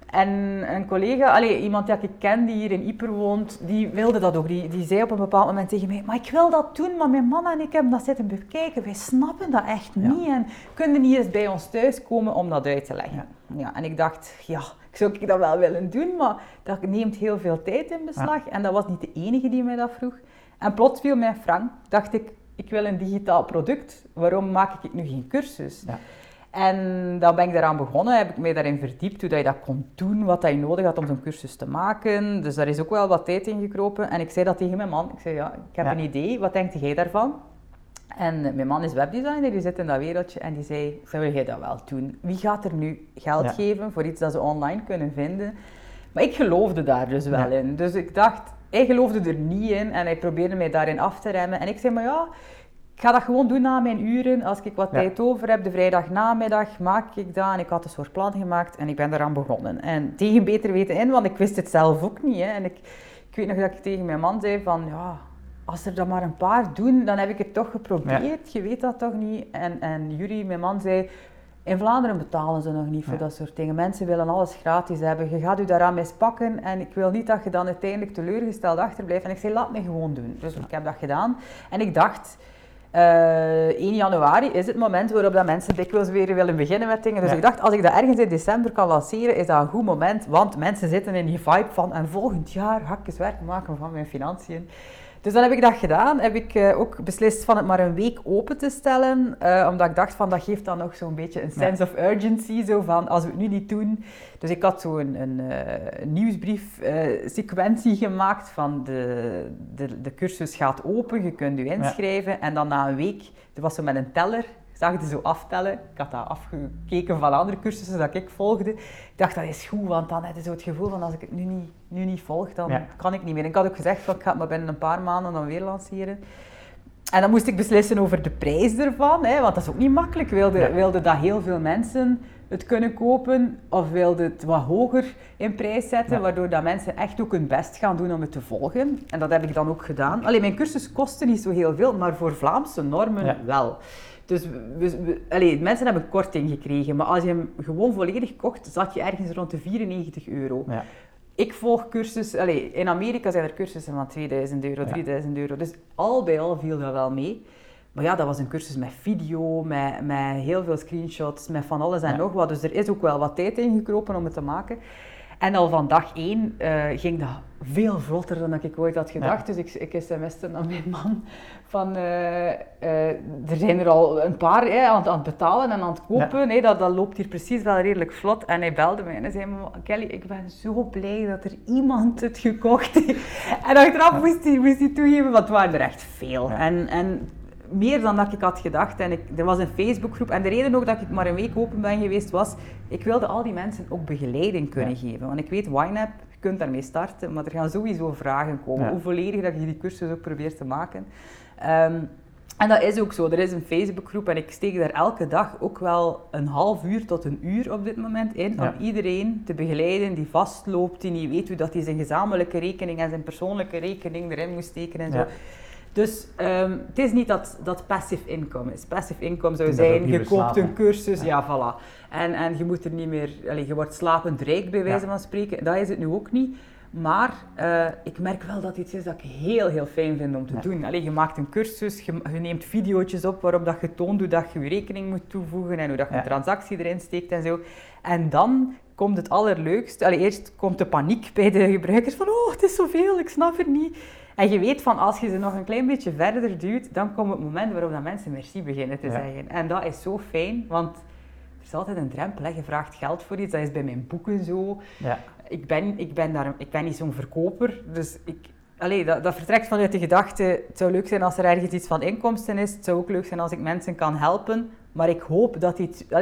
En een collega, iemand die ik ken die hier in Ieper woont, die wilde dat ook. Die zei op een bepaald moment tegen mij, maar ik wil dat doen, maar mijn man en ik hebben dat zitten bekijken. Wij snappen dat echt niet en kunnen niet eens bij ons thuis komen om dat uit te leggen. Ja, en ik dacht, ik zou dat wel willen doen, maar dat neemt heel veel tijd in beslag. En dat was niet de enige die mij dat vroeg. En plots viel mij Frank, dacht ik wil een digitaal product, waarom maak ik nu geen cursus? Ja. En dan ben ik daaraan begonnen, heb ik mij daarin verdiept, hoe dat je dat kon doen, wat dat je nodig had om zo'n cursus te maken. Dus daar is ook wel wat tijd in gekropen. En ik zei dat tegen mijn man. Ik zei, ik heb een idee, wat denkt jij daarvan? En mijn man is webdesigner, die zit in dat wereldje en die zei, zou jij dat wel doen? Wie gaat er nu geld geven voor iets dat ze online kunnen vinden? Maar ik geloofde daar dus wel in. Dus ik dacht, hij geloofde er niet in en hij probeerde mij daarin af te remmen. En ik zei, maar ik ga dat gewoon doen na mijn uren. Als ik wat tijd over heb, de vrijdagnamiddag, maak ik dat. En ik had een soort plan gemaakt en ik ben eraan begonnen. En tegen beter weten in, want ik wist het zelf ook niet. Hè. En ik weet nog dat ik tegen mijn man zei van, als er dan maar een paar doen, dan heb ik het toch geprobeerd. Je weet dat toch niet. En Yuri, mijn man, zei, in Vlaanderen betalen ze nog niet voor dat soort dingen. Mensen willen alles gratis hebben. Je gaat je daaraan mispakken en ik wil niet dat je dan uiteindelijk teleurgesteld achterblijft. En ik zei, laat me gewoon doen. Dus ik heb dat gedaan. En ik dacht, 1 januari is het moment waarop dat mensen dikwijls weer willen beginnen met dingen. Dus ik dacht, als ik dat ergens in december kan lanceren, is dat een goed moment. Want mensen zitten in die vibe van, en volgend jaar ga ik eens werk maken van mijn financiën. Dus dan heb ik dat gedaan. Heb ik ook beslist van het maar een week open te stellen. Omdat ik dacht van, dat geeft dan nog zo'n beetje een sense of urgency. Zo van, als we het nu niet doen. Dus ik had zo een nieuwsbrief sequentie gemaakt van de cursus gaat open. Je kunt je inschrijven. En dan na een week, dat was zo met een teller. Zag je zo aftellen. Ik had dat afgekeken van andere cursussen dat ik volgde. Ik dacht, dat is goed, want dan heb je zo het gevoel van als ik het nu niet volg, dan kan ik niet meer. En ik had ook gezegd, ik ga het maar binnen een paar maanden dan weer lanceren. En dan moest ik beslissen over de prijs ervan, hè, want dat is ook niet makkelijk. Wilde dat heel veel mensen het kunnen kopen, of wilde het wat hoger in prijs zetten, waardoor dat mensen echt ook hun best gaan doen om het te volgen. En dat heb ik dan ook gedaan. Mijn cursus kostte niet zo heel veel, maar voor Vlaamse normen wel. Dus mensen hebben korting gekregen, maar als je hem gewoon volledig kocht, zat je ergens rond de €94. Ja. Ik volg cursussen, in Amerika zijn er cursussen van €2000, €3000, dus al bij al viel dat wel mee. Maar ja, dat was een cursus met video, met heel veel screenshots, met van alles en nog wat. Dus er is ook wel wat tijd ingekropen om het te maken. En al van dag 1 ging dat veel vlotter dan ik ooit had gedacht. Dus ik sms'te aan mijn man van, er zijn er al een paar aan het betalen en aan het kopen. Dat loopt hier precies wel redelijk vlot. En hij belde mij en hij zei, Kelly, ik ben zo blij dat er iemand het gekocht heeft. En achteraf moest hij toegeven, want het waren er echt veel. Ja. En meer dan dat ik had gedacht. En er was een Facebookgroep. En de reden ook dat ik maar een week open ben geweest was, ik wilde al die mensen ook begeleiding kunnen geven. Want ik weet, YNAB, je kunt daarmee starten, maar er gaan sowieso vragen komen. Hoe volledig dat je die cursus ook probeert te maken. En dat is ook zo. Er is een Facebookgroep en ik steek daar elke dag ook wel een half uur tot een uur op dit moment in om iedereen te begeleiden die vastloopt, die niet weet hoe dat hij zijn gezamenlijke rekening en zijn persoonlijke rekening erin moet steken en zo. Ja. Dus het is niet dat passive income is. Passive income zou zijn, je koopt een cursus, voilà. En je moet er niet meer, je wordt slapend rijk bij wijze van spreken. Dat is het nu ook niet. Maar ik merk wel dat iets is dat ik heel, heel fijn vind om te doen. Je maakt een cursus, je neemt video's op waarop dat je toont hoe dat je je rekening moet toevoegen en hoe dat je een transactie erin steekt en zo. En dan komt het allerleukste. Eerst komt de paniek bij de gebruikers van, het is zoveel, ik snap het niet. En je weet van, als je ze nog een klein beetje verder duwt, dan komt het moment waarop dat mensen merci beginnen te zeggen. En dat is zo fijn, want er is altijd een drempel. Je vraagt geld voor iets, dat is bij mijn boeken zo. Ja. Ik ben niet zo'n verkoper, dus dat vertrekt vanuit de gedachte, het zou leuk zijn als er ergens iets van inkomsten is, het zou ook leuk zijn als ik mensen kan helpen, maar ik hoop dat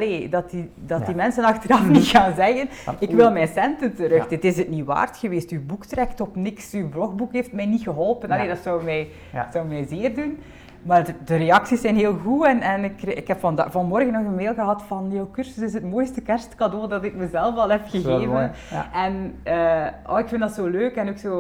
die mensen achteraf niet gaan zeggen, ik wil mijn centen terug, dit is het niet waard geweest, uw boek trekt op niks, uw blogboek heeft mij niet geholpen, dat zou mij zeer doen. Maar de reacties zijn heel goed en ik heb vanmorgen nog een mail gehad van jouw cursus is het mooiste kerstcadeau dat ik mezelf al heb gegeven. En ik vind dat zo leuk en ook zo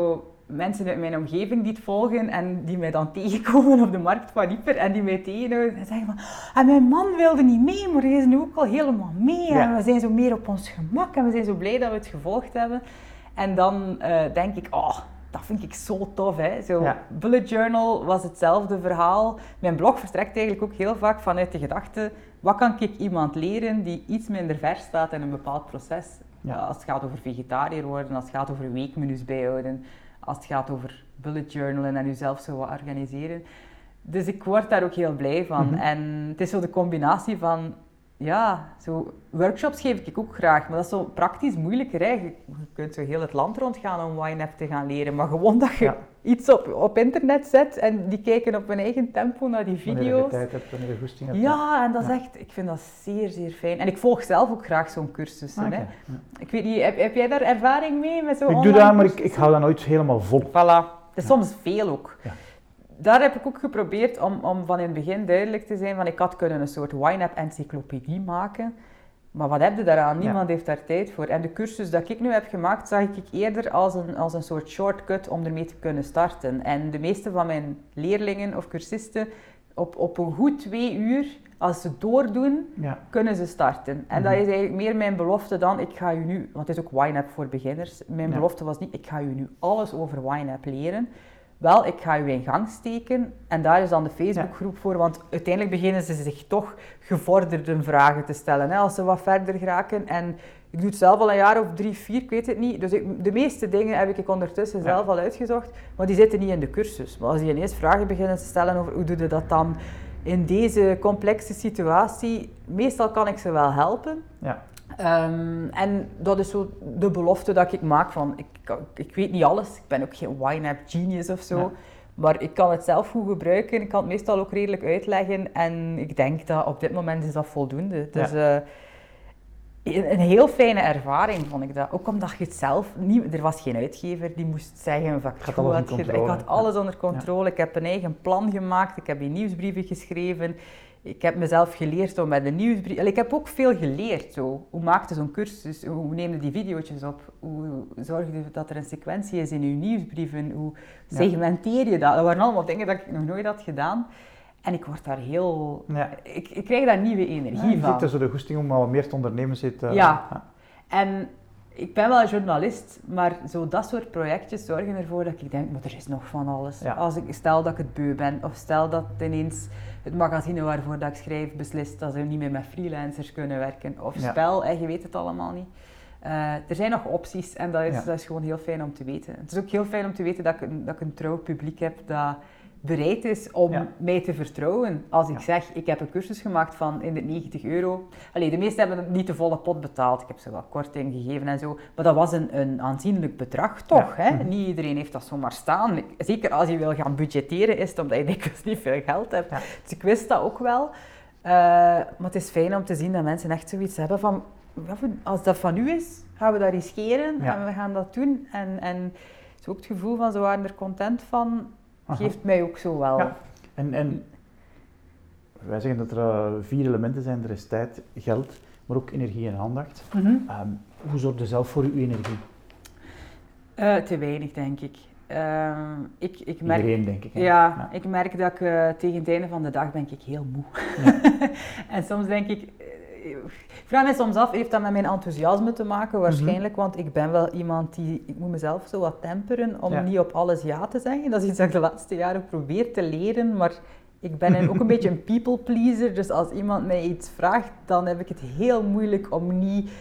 mensen uit mijn omgeving die het volgen en die mij dan tegenkomen op de markt van Ieper en die mij tegenhouden en zeggen van en mijn man wilde niet mee, maar hij is nu ook al helemaal mee en we zijn zo meer op ons gemak en we zijn zo blij dat we het gevolgd hebben. En dan denk ik, dat vind ik zo tof. Hè? Bullet Journal was hetzelfde verhaal. Mijn blog vertrekt eigenlijk ook heel vaak vanuit de gedachte, wat kan ik iemand leren die iets minder ver staat in een bepaald proces? Ja. Als het gaat over vegetariër worden, als het gaat over weekmenu's bijhouden, als het gaat over bullet journalen en jezelf zo wat organiseren. Dus ik word daar ook heel blij van. En het is zo de combinatie van, zo workshops geef ik ook graag, maar dat is zo praktisch moeilijker. Hè? Je kunt zo heel het land rondgaan om YNAB te gaan leren, maar gewoon dat je iets op internet zet en die kijken op hun eigen tempo naar die video's. Wanneer je tijd hebt, wanneer je goesting hebt. Ja, en dat is echt, ik vind dat zeer, zeer fijn. En ik volg zelf ook graag zo'n cursussen. Hè? Ja. Ik weet niet, heb jij daar ervaring mee met zo'n online cursussen? Ik doe dat, maar ik hou dat nooit helemaal vol. Voilà, het is soms veel ook. Ja. Daar heb ik ook geprobeerd om van in het begin duidelijk te zijn van ik had kunnen een soort YNAB-encyclopedie maken, maar wat heb je daaraan? Niemand heeft daar tijd voor. En de cursus dat ik nu heb gemaakt, zag ik eerder als een soort shortcut om ermee te kunnen starten. En de meeste van mijn leerlingen of cursisten, op een goed 2 uur, als ze doordoen, kunnen ze starten. En dat is eigenlijk meer mijn belofte dan, ik ga je nu, want het is ook YNAB voor beginners, mijn belofte was niet, ik ga je nu alles over YNAB leren. Wel, ik ga u in gang steken en daar is dan de Facebookgroep voor, want uiteindelijk beginnen ze zich toch gevorderde vragen te stellen, hè, als ze wat verder geraken. En ik doe het zelf al een jaar of 3, 4, ik weet het niet. Dus de meeste dingen heb ik ondertussen zelf al uitgezocht, maar die zitten niet in de cursus. Maar als die ineens vragen beginnen te stellen over hoe doe je dat dan in deze complexe situatie, meestal kan ik ze wel helpen. Ja. En dat is zo de belofte dat ik maak van, ik weet niet alles, ik ben ook geen YNAB genius of zo, maar ik kan het zelf goed gebruiken, ik kan het meestal ook redelijk uitleggen en ik denk dat op dit moment is dat voldoende. Dus een heel fijne ervaring vond ik dat, ook omdat je het zelf, er was geen uitgever die moest zeggen van, ik had alles onder controle, ik heb een eigen plan gemaakt, ik heb die nieuwsbrieven geschreven. Ik heb mezelf geleerd om met een nieuwsbrief... Ik heb ook veel geleerd. Zo. Hoe maak je zo'n cursus? Hoe neem je die video's op? Hoe zorg je dat er een sequentie is in je nieuwsbrieven? Hoe segmenteer je dat? Dat waren allemaal dingen dat ik nog nooit had gedaan. En ik word daar heel... Ja. Ik krijg daar nieuwe energie van. Je ziet er zo de goesting om wat meer te ondernemen zit. En ik ben wel journalist, maar zo dat soort projectjes zorgen ervoor dat ik denk, maar er is nog van alles. Ja. Stel dat ik het beu ben, of stel dat ineens het magazine waarvoor dat ik schrijf beslist dat ze niet meer met freelancers kunnen werken. Of spel, je weet het allemaal niet. Er zijn nog opties en dat is gewoon heel fijn om te weten. Het is ook heel fijn om te weten dat ik een trouw publiek heb dat bereid is om mij te vertrouwen. Als ik zeg, ik heb een cursus gemaakt van in de €90. Allee, de meesten hebben niet de volle pot betaald. Ik heb ze wel korting gegeven en zo. Maar dat was een aanzienlijk bedrag toch. Ja. Hè? Niet iedereen heeft dat zomaar staan. Zeker als je wil gaan budgetteren is het omdat je dikwijls niet veel geld hebt. Ja. Dus ik wist dat ook wel. Maar het is fijn om te zien dat mensen echt zoiets hebben van... Als dat van u is, gaan we dat riskeren en we gaan dat doen. En zo ook het gevoel van, ze waren er content van... geeft mij ook zo wel. Ja. En wij zeggen dat er 4 elementen zijn. Er is tijd, geld, maar ook energie en aandacht. Hoe zorg je zelf voor je energie? Te weinig, denk ik. Ik merk, iedereen, denk ik. Ja, ik merk dat ik tegen het einde van de dag ben ik heel moe. Ja. En soms denk ik... Ik vraag me soms af, heeft dat met mijn enthousiasme te maken? Waarschijnlijk, want ik ben wel iemand die... Ik moet mezelf zo wat temperen om niet op alles ja te zeggen. Dat is iets dat ik de laatste jaren probeer te leren, maar ik ben ook een beetje een people pleaser. Dus als iemand mij iets vraagt, dan heb ik het heel moeilijk om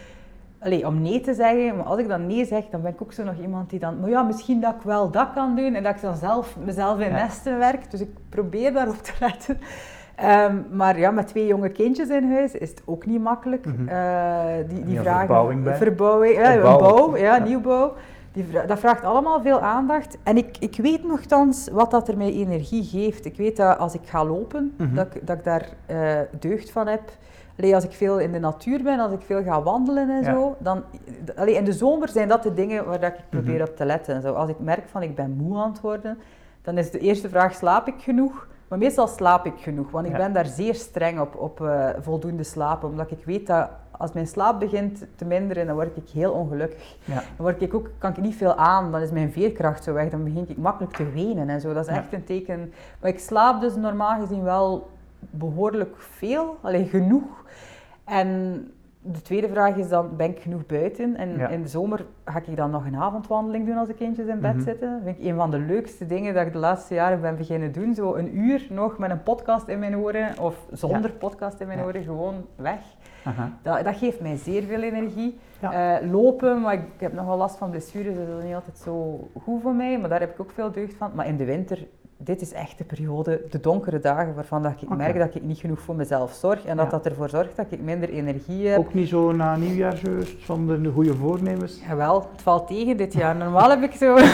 om nee te zeggen. Maar als ik dan nee zeg, dan ben ik ook zo nog iemand die dan... Maar ja, misschien dat ik wel dat kan doen en dat ik dan mezelf in nesten werk. Dus ik probeer daarop te letten. Maar ja, met 2 jonge kindjes in huis is het ook niet makkelijk. Die vragen... Verbouwing. Nieuwbouw. Dat vraagt allemaal veel aandacht. En ik weet nogthans wat dat er mij energie geeft. Ik weet dat als ik ga lopen, dat ik daar deugd van heb. Als ik veel in de natuur ben, als ik veel ga wandelen en zo. Dan, in de zomer zijn dat de dingen waar ik probeer op te letten. Zo, als ik merk van ik ben moe aan het worden, dan is de eerste vraag, slaap ik genoeg? Maar meestal slaap ik genoeg, want ik ben daar zeer streng op voldoende slapen. Omdat ik weet dat als mijn slaap begint te minderen, dan word ik heel ongelukkig. Ja. Dan kan ik niet veel aan, dan is mijn veerkracht zo weg, dan begin ik makkelijk te wenen en zo. Dat is echt een teken. Maar ik slaap dus normaal gezien wel behoorlijk veel, genoeg. En de tweede vraag is dan, ben ik genoeg buiten? En in de zomer ga ik dan nog een avondwandeling doen als de kindjes in bed zitten. Dat vind ik een van de leukste dingen dat ik de laatste jaren ben beginnen doen. Zo een uur nog met een podcast in mijn oren, of zonder podcast in mijn oren, gewoon weg. Dat geeft mij zeer veel energie. Lopen, maar ik heb nogal last van blessures, dus dat is niet altijd zo goed voor mij. Maar daar heb ik ook veel deugd van. Maar in de winter, dit is echt de periode, de donkere dagen, waarvan dat ik merk dat ik niet genoeg voor mezelf zorg. En dat ervoor zorgt dat ik minder energie heb. Ook niet zo na nieuwjaarsrust, zonder de goede voornemens? Jawel, het valt tegen dit jaar. Normaal heb ik zo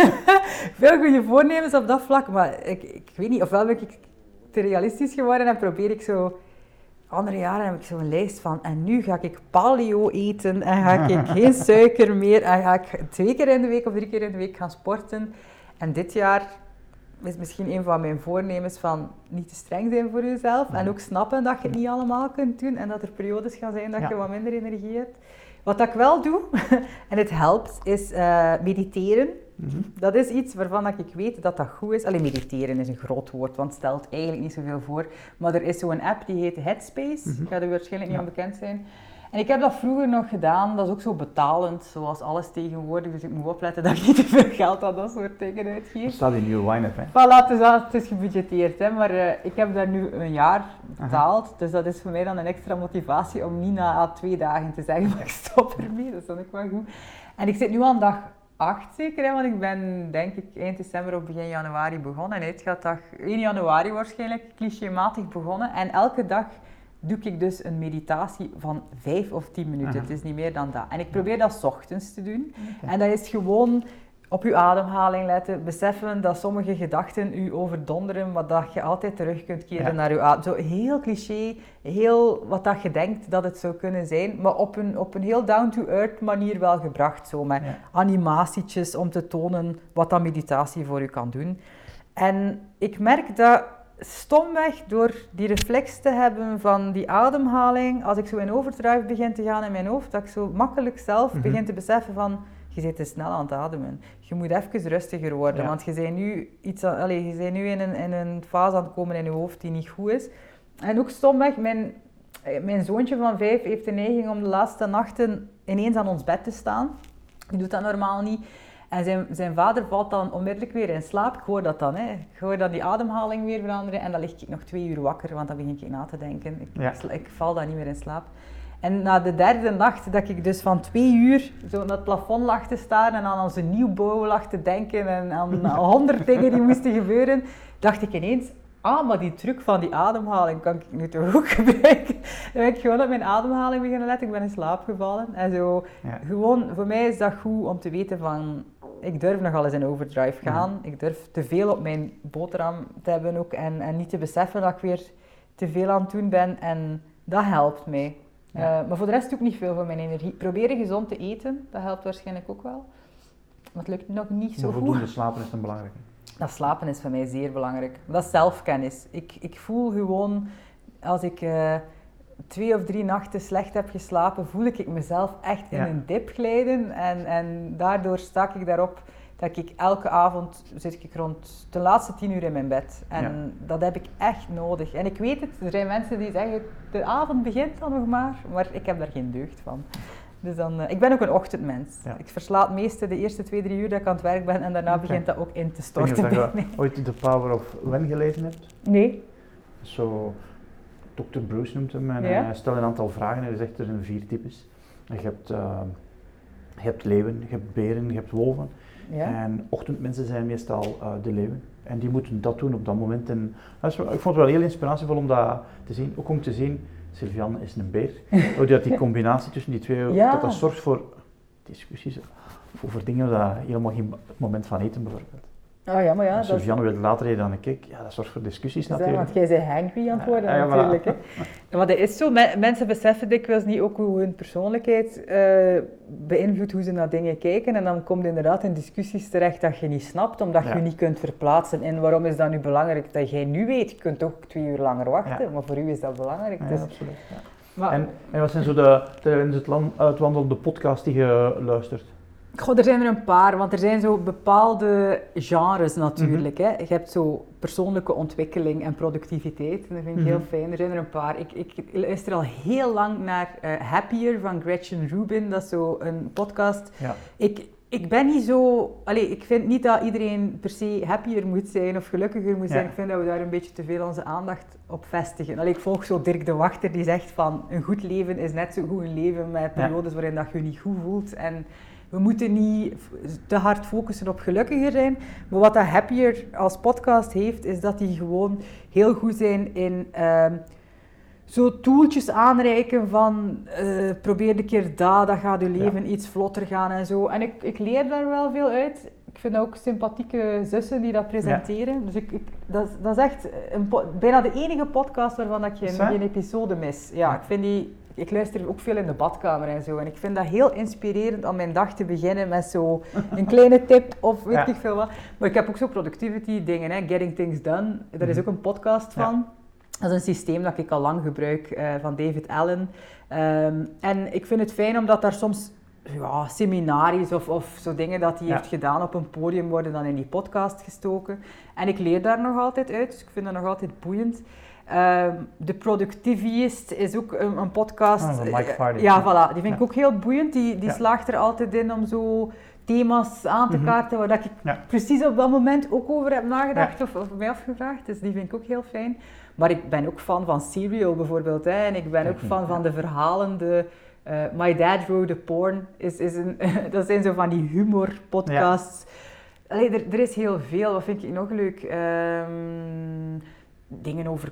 veel goede voornemens op dat vlak. Maar ik weet niet, ofwel ben ik te realistisch geworden en probeer ik zo... Andere jaren heb ik zo'n lijst van en nu ga ik paleo eten en ga ik geen suiker meer en ga ik 2 keer in de week of 3 keer in de week gaan sporten. En dit jaar is misschien een van mijn voornemens van niet te streng zijn voor jezelf en ook snappen dat je het niet allemaal kunt doen en dat er periodes gaan zijn dat je wat minder energie hebt. Wat ik wel doe, en het helpt, is mediteren. Dat is iets waarvan ik weet dat dat goed is. Alleen mediteren is een groot woord, want het stelt eigenlijk niet zoveel voor. Maar er is zo'n app die heet Headspace. Ik ga er waarschijnlijk niet aan bekend zijn. En ik heb dat vroeger nog gedaan. Dat is ook zo betalend, zoals alles tegenwoordig. Dus ik moet opletten dat ik niet te veel geld aan dat soort dingen uitgeef. Dat staat in je line-up, hè? Voilà, het is gebudgeteerd, hè. Maar ik heb daar nu een jaar betaald. Dus dat is voor mij dan een extra motivatie om niet na 2 dagen te zeggen, maar ik stop ermee. Dat is dan ook wel goed. En ik zit nu aan dag 8 zeker, hè, want ik ben denk ik eind december of begin januari begonnen. En het gaat dag 1 januari waarschijnlijk clichématig begonnen. En elke dag doe ik dus een meditatie van 5 of 10 minuten. Het is niet meer dan dat. En ik probeer dat 's ochtends te doen. En dat is gewoon op je ademhaling letten, beseffen dat sommige gedachten u overdonderen, maar dat je altijd terug kunt keren naar je adem. Zo heel cliché, heel wat dat je denkt dat het zou kunnen zijn, maar op een heel down-to-earth manier wel gebracht. Zo met animatietjes om te tonen wat dat meditatie voor u kan doen. En ik merk dat stomweg door die reflex te hebben van die ademhaling, als ik zo in overdrive begin te gaan in mijn hoofd, dat ik zo makkelijk zelf begin te beseffen van, je zit te snel aan het ademen. Je moet even rustiger worden, want je bent nu in een fase aan het komen in je hoofd die niet goed is. En ook stomweg, mijn zoontje van 5 heeft de neiging om de laatste nachten ineens aan ons bed te staan. Die doet dat normaal niet. En zijn vader valt dan onmiddellijk weer in slaap. Ik hoor dat dan, hè. Ik hoor dan die ademhaling weer veranderen en dan lig ik nog 2 uur wakker, want dan begin ik na te denken. Ik val dan niet meer in slaap. En na de 3e nacht, dat ik dus van 2 uur zo naar het plafond lag te staren en aan onze nieuwbouw lag te denken en aan 100 dingen die moesten gebeuren, dacht ik ineens, maar die truc van die ademhaling kan ik nu toch ook gebruiken. Dan ben ik gewoon op mijn ademhaling beginnen letten, ik ben in slaap gevallen. En zo, gewoon, voor mij is dat goed om te weten van, ik durf nogal eens in overdrive gaan. Ik durf te veel op mijn boterham te hebben ook en niet te beseffen dat ik weer te veel aan het doen ben en dat helpt mij. Maar voor de rest doe ik niet veel voor mijn energie. Proberen gezond te eten, dat helpt waarschijnlijk ook wel. Maar het lukt nog niet zo goed. Voldoende slapen is dan belangrijk. Dat slapen is voor mij zeer belangrijk. Dat is zelfkennis. Ik voel gewoon, als ik 2 of 3 nachten slecht heb geslapen, voel ik mezelf echt in een dip glijden. En daardoor sta ik daarop dat ik elke avond zit ik rond de laatste 10 uur in mijn bed. En dat heb ik echt nodig. En ik weet het, er zijn mensen die zeggen, de avond begint dan nog maar ik heb daar geen deugd van. Dus dan, ik ben ook een ochtendmens. Ik verslaap meestal de eerste 2-3 uur dat ik aan het werk ben en daarna begint dat ook in te storten bij mij. Ooit The Power of When gelezen hebt? Nee. Zo, Dr. Bruce noemt hem en hij stelt een aantal vragen en hij zegt er zijn 4 types. Je hebt leeuwen, je hebt beren, je hebt wolven. En ochtendmensen zijn meestal de leeuwen. En die moeten dat doen op dat moment. En ik vond het wel heel inspiratievol om dat te zien. Ook om te zien, Sylviane is een beer. Dat die combinatie tussen die twee, dat zorgt voor discussies over dingen dat helemaal geen moment van eten bijvoorbeeld. Ja, maar ja. Sylviane wil later reden dan ik. Ja, dat zorgt voor discussies natuurlijk. Want jij bent hangry aan het worden natuurlijk. Voilà. Hè. Ja, maar dat is zo. Mensen beseffen dikwijls niet ook hoe hun persoonlijkheid beïnvloedt hoe ze naar dingen kijken. En dan komt je inderdaad in discussies terecht dat je niet snapt, omdat je niet kunt verplaatsen. En waarom is dat nu belangrijk dat jij nu weet? Je kunt toch 2 uur langer wachten, maar voor u is dat belangrijk. Ja, dus. absoluut. Ja. Maar, en wat zijn zo tijdens het uitwandelen de podcasts die je luistert? Goh, er zijn er een paar, want er zijn zo bepaalde genres natuurlijk. Hè. Je hebt zo persoonlijke ontwikkeling en productiviteit, en dat vind ik heel fijn. Er zijn er een paar. Ik luister al heel lang naar Happier van Gretchen Rubin, dat is zo een podcast. Ja. Ik ben niet zo... ik vind niet dat iedereen per se happier moet zijn of gelukkiger moet zijn. Ja. Ik vind dat we daar een beetje te veel onze aandacht op vestigen. Ik volg zo Dirk de Wachter, die zegt van een goed leven is net zo goed een leven met periodes waarin dat je je niet goed voelt. En we moeten niet te hard focussen op gelukkiger zijn. Maar wat dat Happier als podcast heeft, is dat die gewoon heel goed zijn in... zo toeltjes aanreiken van probeer een keer dat gaat je leven iets vlotter gaan en zo. En ik leer daar wel veel uit. Ik vind ook sympathieke zussen die dat presenteren. Ja. Dus dat is echt bijna de enige podcast waarvan ik geen episode mis. Ja, ik luister ook veel in de badkamer en zo. En ik vind dat heel inspirerend om mijn dag te beginnen met zo een kleine tip of weet ik veel wat. Maar ik heb ook zo productivity dingen, hè. Getting Things Done. Daar is ook een podcast van. Ja. Dat is een systeem dat ik al lang gebruik, van David Allen. En ik vind het fijn omdat daar soms seminaries of zo dingen dat hij heeft gedaan op een podium worden dan in die podcast gestoken. En ik leer daar nog altijd uit, dus ik vind dat nog altijd boeiend. The Productivist is ook een podcast. Van Mike Vardy. Ja, voilà. Die vind ik ook heel boeiend. Die slaagt er altijd in om zo thema's aan te kaarten waar ik precies op dat moment ook over heb nagedacht of mij afgevraagd. Dus die vind ik ook heel fijn. Maar ik ben ook fan van Serial bijvoorbeeld. Hè. En ik ben ook fan van de verhalen. My Dad Wrote a Porn. Dat zijn zo van die humor podcasts. Ja. Er is heel veel. Wat vind ik nog leuk? Dingen over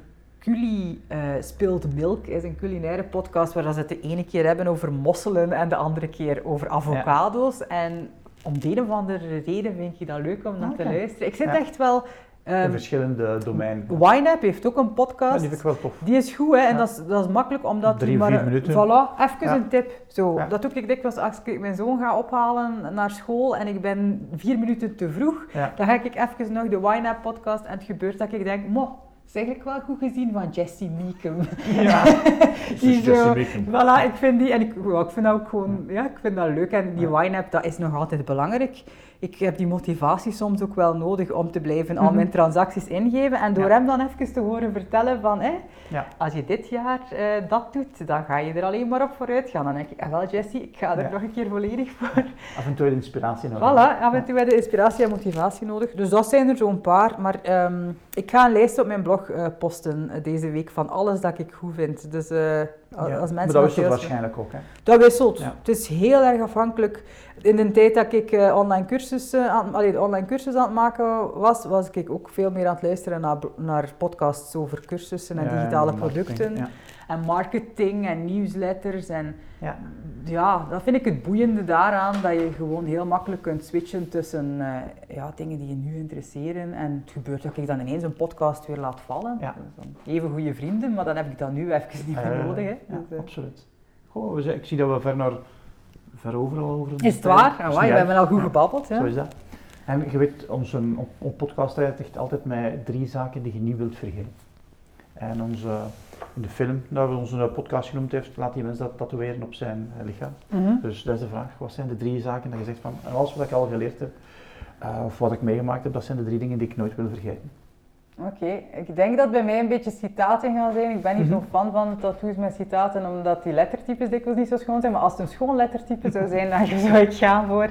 Spilled Milk is een culinaire podcast waar ze het de ene keer hebben over mosselen en de andere keer over avocado's. Ja. En om de een of andere reden vind ik dat leuk om naar te luisteren. Ik zit echt wel... in verschillende domeinen. YNAB heeft ook een podcast. Ja, die vind ik wel tof. Die is goed, hè? En dat is makkelijk omdat... 3-4 minuten. Voilà, even een tip. Zo. Ja. Dat doe ik dikwijls als ik mijn zoon ga ophalen naar school en ik ben 4 minuten te vroeg. Ja. Dan ga ik even nog de YNAB podcast en het gebeurt dat ik denk, is eigenlijk wel goed gezien van Jessie Meekum. Ja, Jessie Meekum. Voilà, ik vind die, en ik vind dat ook gewoon, ik vind dat leuk. En die YNAB, dat is nog altijd belangrijk. Ik heb die motivatie soms ook wel nodig om te blijven al mijn transacties ingeven. En door hem dan even te horen vertellen van, als je dit jaar dat doet, dan ga je er alleen maar op vooruit gaan. Dan denk ik, wel Jessie, ik ga er nog een keer volledig voor. Af en toe de inspiratie nodig. Voilà, af en toe heb je inspiratie en motivatie nodig. Dus dat zijn er zo'n paar. Maar ik ga een lijst op mijn blog posten deze week van alles dat ik goed vind. Dus als mensen maar dat wisselt waarschijnlijk ook, hè? Dat wisselt. Ja. Het is heel erg afhankelijk. In de tijd dat ik online cursus aan het maken was ik ook veel meer aan het luisteren naar podcasts over cursussen en digitale producten. Ja. En marketing en newsletters. En dat vind ik het boeiende daaraan, dat je gewoon heel makkelijk kunt switchen tussen dingen die je nu interesseren. En het gebeurt dat ik dan ineens een podcast weer laat vallen. Ja. Dus even goede vrienden, maar dan heb ik dat nu even niet meer nodig. Hè. Dus, absoluut. Goh, ik zie dat we ver overal over... Is het waar? We hebben al goed gebabbeld. Zo is dat. En je weet, onze podcast eindigt altijd met 3 zaken die je niet wilt vergeten. En in de film dat we onze podcast genoemd heeft, laat die mens dat tatoeëren op zijn lichaam. Dus dat is de vraag, wat zijn de 3 zaken dat je zegt van, alles wat ik al geleerd heb, of wat ik meegemaakt heb, dat zijn de 3 dingen die ik nooit wil vergeten. Oké, ik denk dat bij mij een beetje citaten gaan zijn. Ik ben niet zo'n fan van tattoos met citaten, omdat die lettertypes dikwijls niet zo schoon zijn. Maar als het een schoon lettertype zou zijn, dan zou ik gaan voor.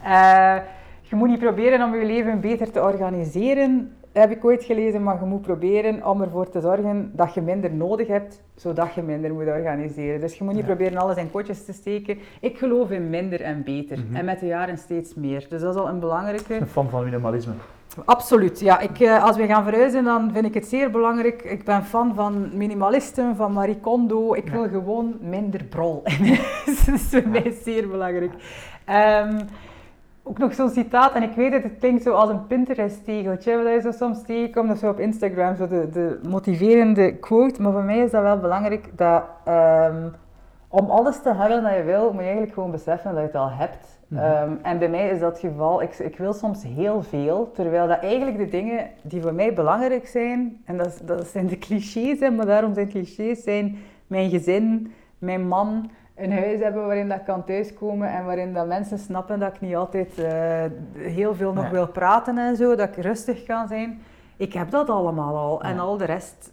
Je moet niet proberen om je leven beter te organiseren, heb ik ooit gelezen, maar je moet proberen om ervoor te zorgen dat je minder nodig hebt, zodat je minder moet organiseren. Dus je moet niet proberen alles in potjes te steken. Ik geloof in minder en beter. En met de jaren steeds meer. Dus dat is al een belangrijke... Een fan van minimalisme. Absoluut, ja. Als we gaan verhuizen, dan vind ik het zeer belangrijk. Ik ben fan van minimalisten, van Marie Kondo. Ik wil gewoon minder brol. Dat is voor mij zeer belangrijk. ook nog zo'n citaat, en ik weet het klinkt zo als een Pinterest-tegeltje, wat je zo soms tegenkomt, of zo op Instagram, zo de motiverende quote. Maar voor mij is dat wel belangrijk dat om alles te hebben dat je wil, moet je eigenlijk gewoon beseffen dat je het al hebt. En bij mij is dat het geval, ik wil soms heel veel, terwijl dat eigenlijk de dingen die voor mij belangrijk zijn, en dat zijn de clichés, maar daarom zijn clichés, zijn mijn gezin, mijn man, een huis hebben waarin dat ik kan thuiskomen en waarin dat mensen snappen dat ik niet altijd heel veel nog wil praten en zo, dat ik rustig kan zijn. Ik heb dat allemaal al en al de rest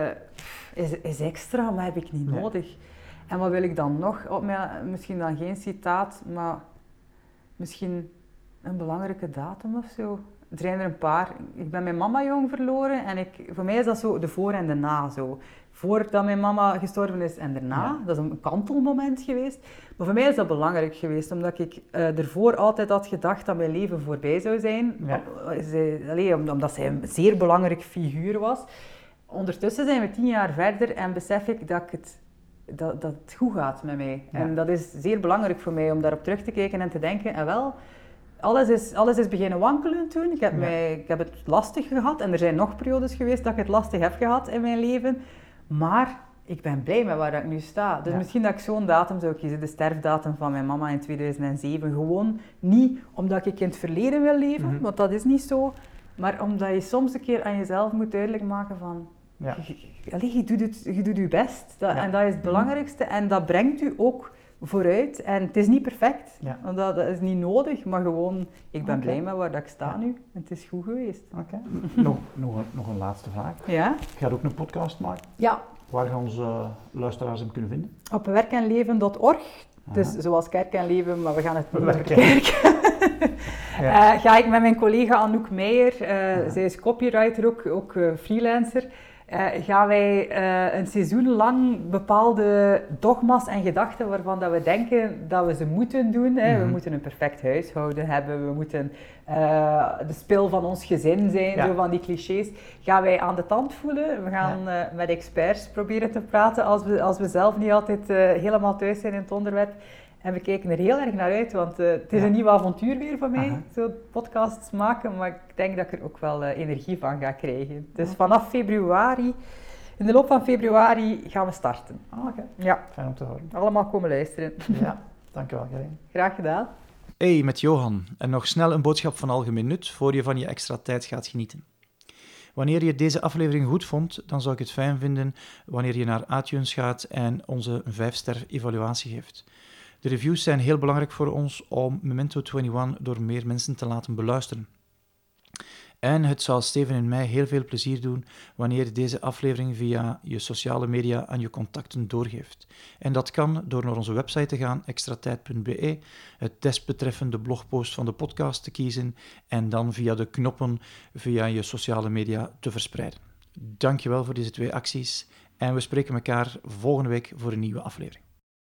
is extra, maar heb ik niet nodig. En wat wil ik dan nog? Misschien dan geen citaat, maar misschien een belangrijke datum of zo. Er zijn er een paar. Ik ben mijn mama jong verloren en voor mij is dat zo de voor en de na. Zo. Voordat mijn mama gestorven is en daarna. Dat is een kantelmoment geweest. Maar voor mij is dat belangrijk geweest, omdat ik ervoor altijd had gedacht dat mijn leven voorbij zou zijn. Omdat zij een zeer belangrijk figuur was. Ondertussen zijn we 10 jaar verder en besef ik dat het goed gaat met mij. Ja. En dat is zeer belangrijk voor mij om daarop terug te kijken en te denken, en wel, alles is beginnen wankelen toen. Ik heb het lastig gehad en er zijn nog periodes geweest dat ik het lastig heb gehad in mijn leven. Maar ik ben blij met waar ik nu sta. Dus misschien dat ik zo'n datum zou kiezen, de sterfdatum van mijn mama in 2007. Gewoon niet omdat ik in het verleden wil leven, want dat is niet zo. Maar omdat je soms een keer aan jezelf moet duidelijk maken van... Je doet je best. En dat is het belangrijkste. En dat brengt u ook vooruit. En het is niet perfect. Want dat is niet nodig. Maar gewoon, ik ben blij met waar ik sta nu. En het is goed geweest. Okay. Nog een laatste vraag. Ja? Je gaat ook een podcast maken? Ja. Waar gaan onze luisteraars hem kunnen vinden? Op werkenleven.org. Dus zoals Kerk en Leven, maar we gaan het niet over kerk. Ga ik met mijn collega Anouk Meijer, zij is copywriter ook freelancer, gaan wij een seizoen lang bepaalde dogma's en gedachten waarvan dat we denken dat we ze moeten doen. We moeten een perfect huishouden hebben, we moeten de spil van ons gezin zijn, zo van die clichés. Gaan wij aan de tand voelen. We gaan met experts proberen te praten als we zelf niet altijd helemaal thuis zijn in het onderwerp. En we kijken er heel erg naar uit, want het is een nieuw avontuur weer voor mij, zo podcasts maken, maar ik denk dat ik er ook wel energie van ga krijgen. Dus vanaf februari, in de loop van februari, gaan we starten. Oké. Ja. Fijn om te horen. Allemaal komen luisteren. Ja, dankjewel Karin. Graag gedaan. Hey, met Johan. En nog snel een boodschap van algemeen nut, voor je van je extra tijd gaat genieten. Wanneer je deze aflevering goed vond, dan zou ik het fijn vinden wanneer je naar iTunes gaat en onze 5-ster evaluatie geeft. De reviews zijn heel belangrijk voor ons om Memento 21 door meer mensen te laten beluisteren. En het zal Steven en mij heel veel plezier doen wanneer je deze aflevering via je sociale media aan je contacten doorgeeft. En dat kan door naar onze website te gaan, extratijd.be, het desbetreffende blogpost van de podcast te kiezen en dan via de knoppen via je sociale media te verspreiden. Dankjewel voor deze 2 acties en we spreken elkaar volgende week voor een nieuwe aflevering.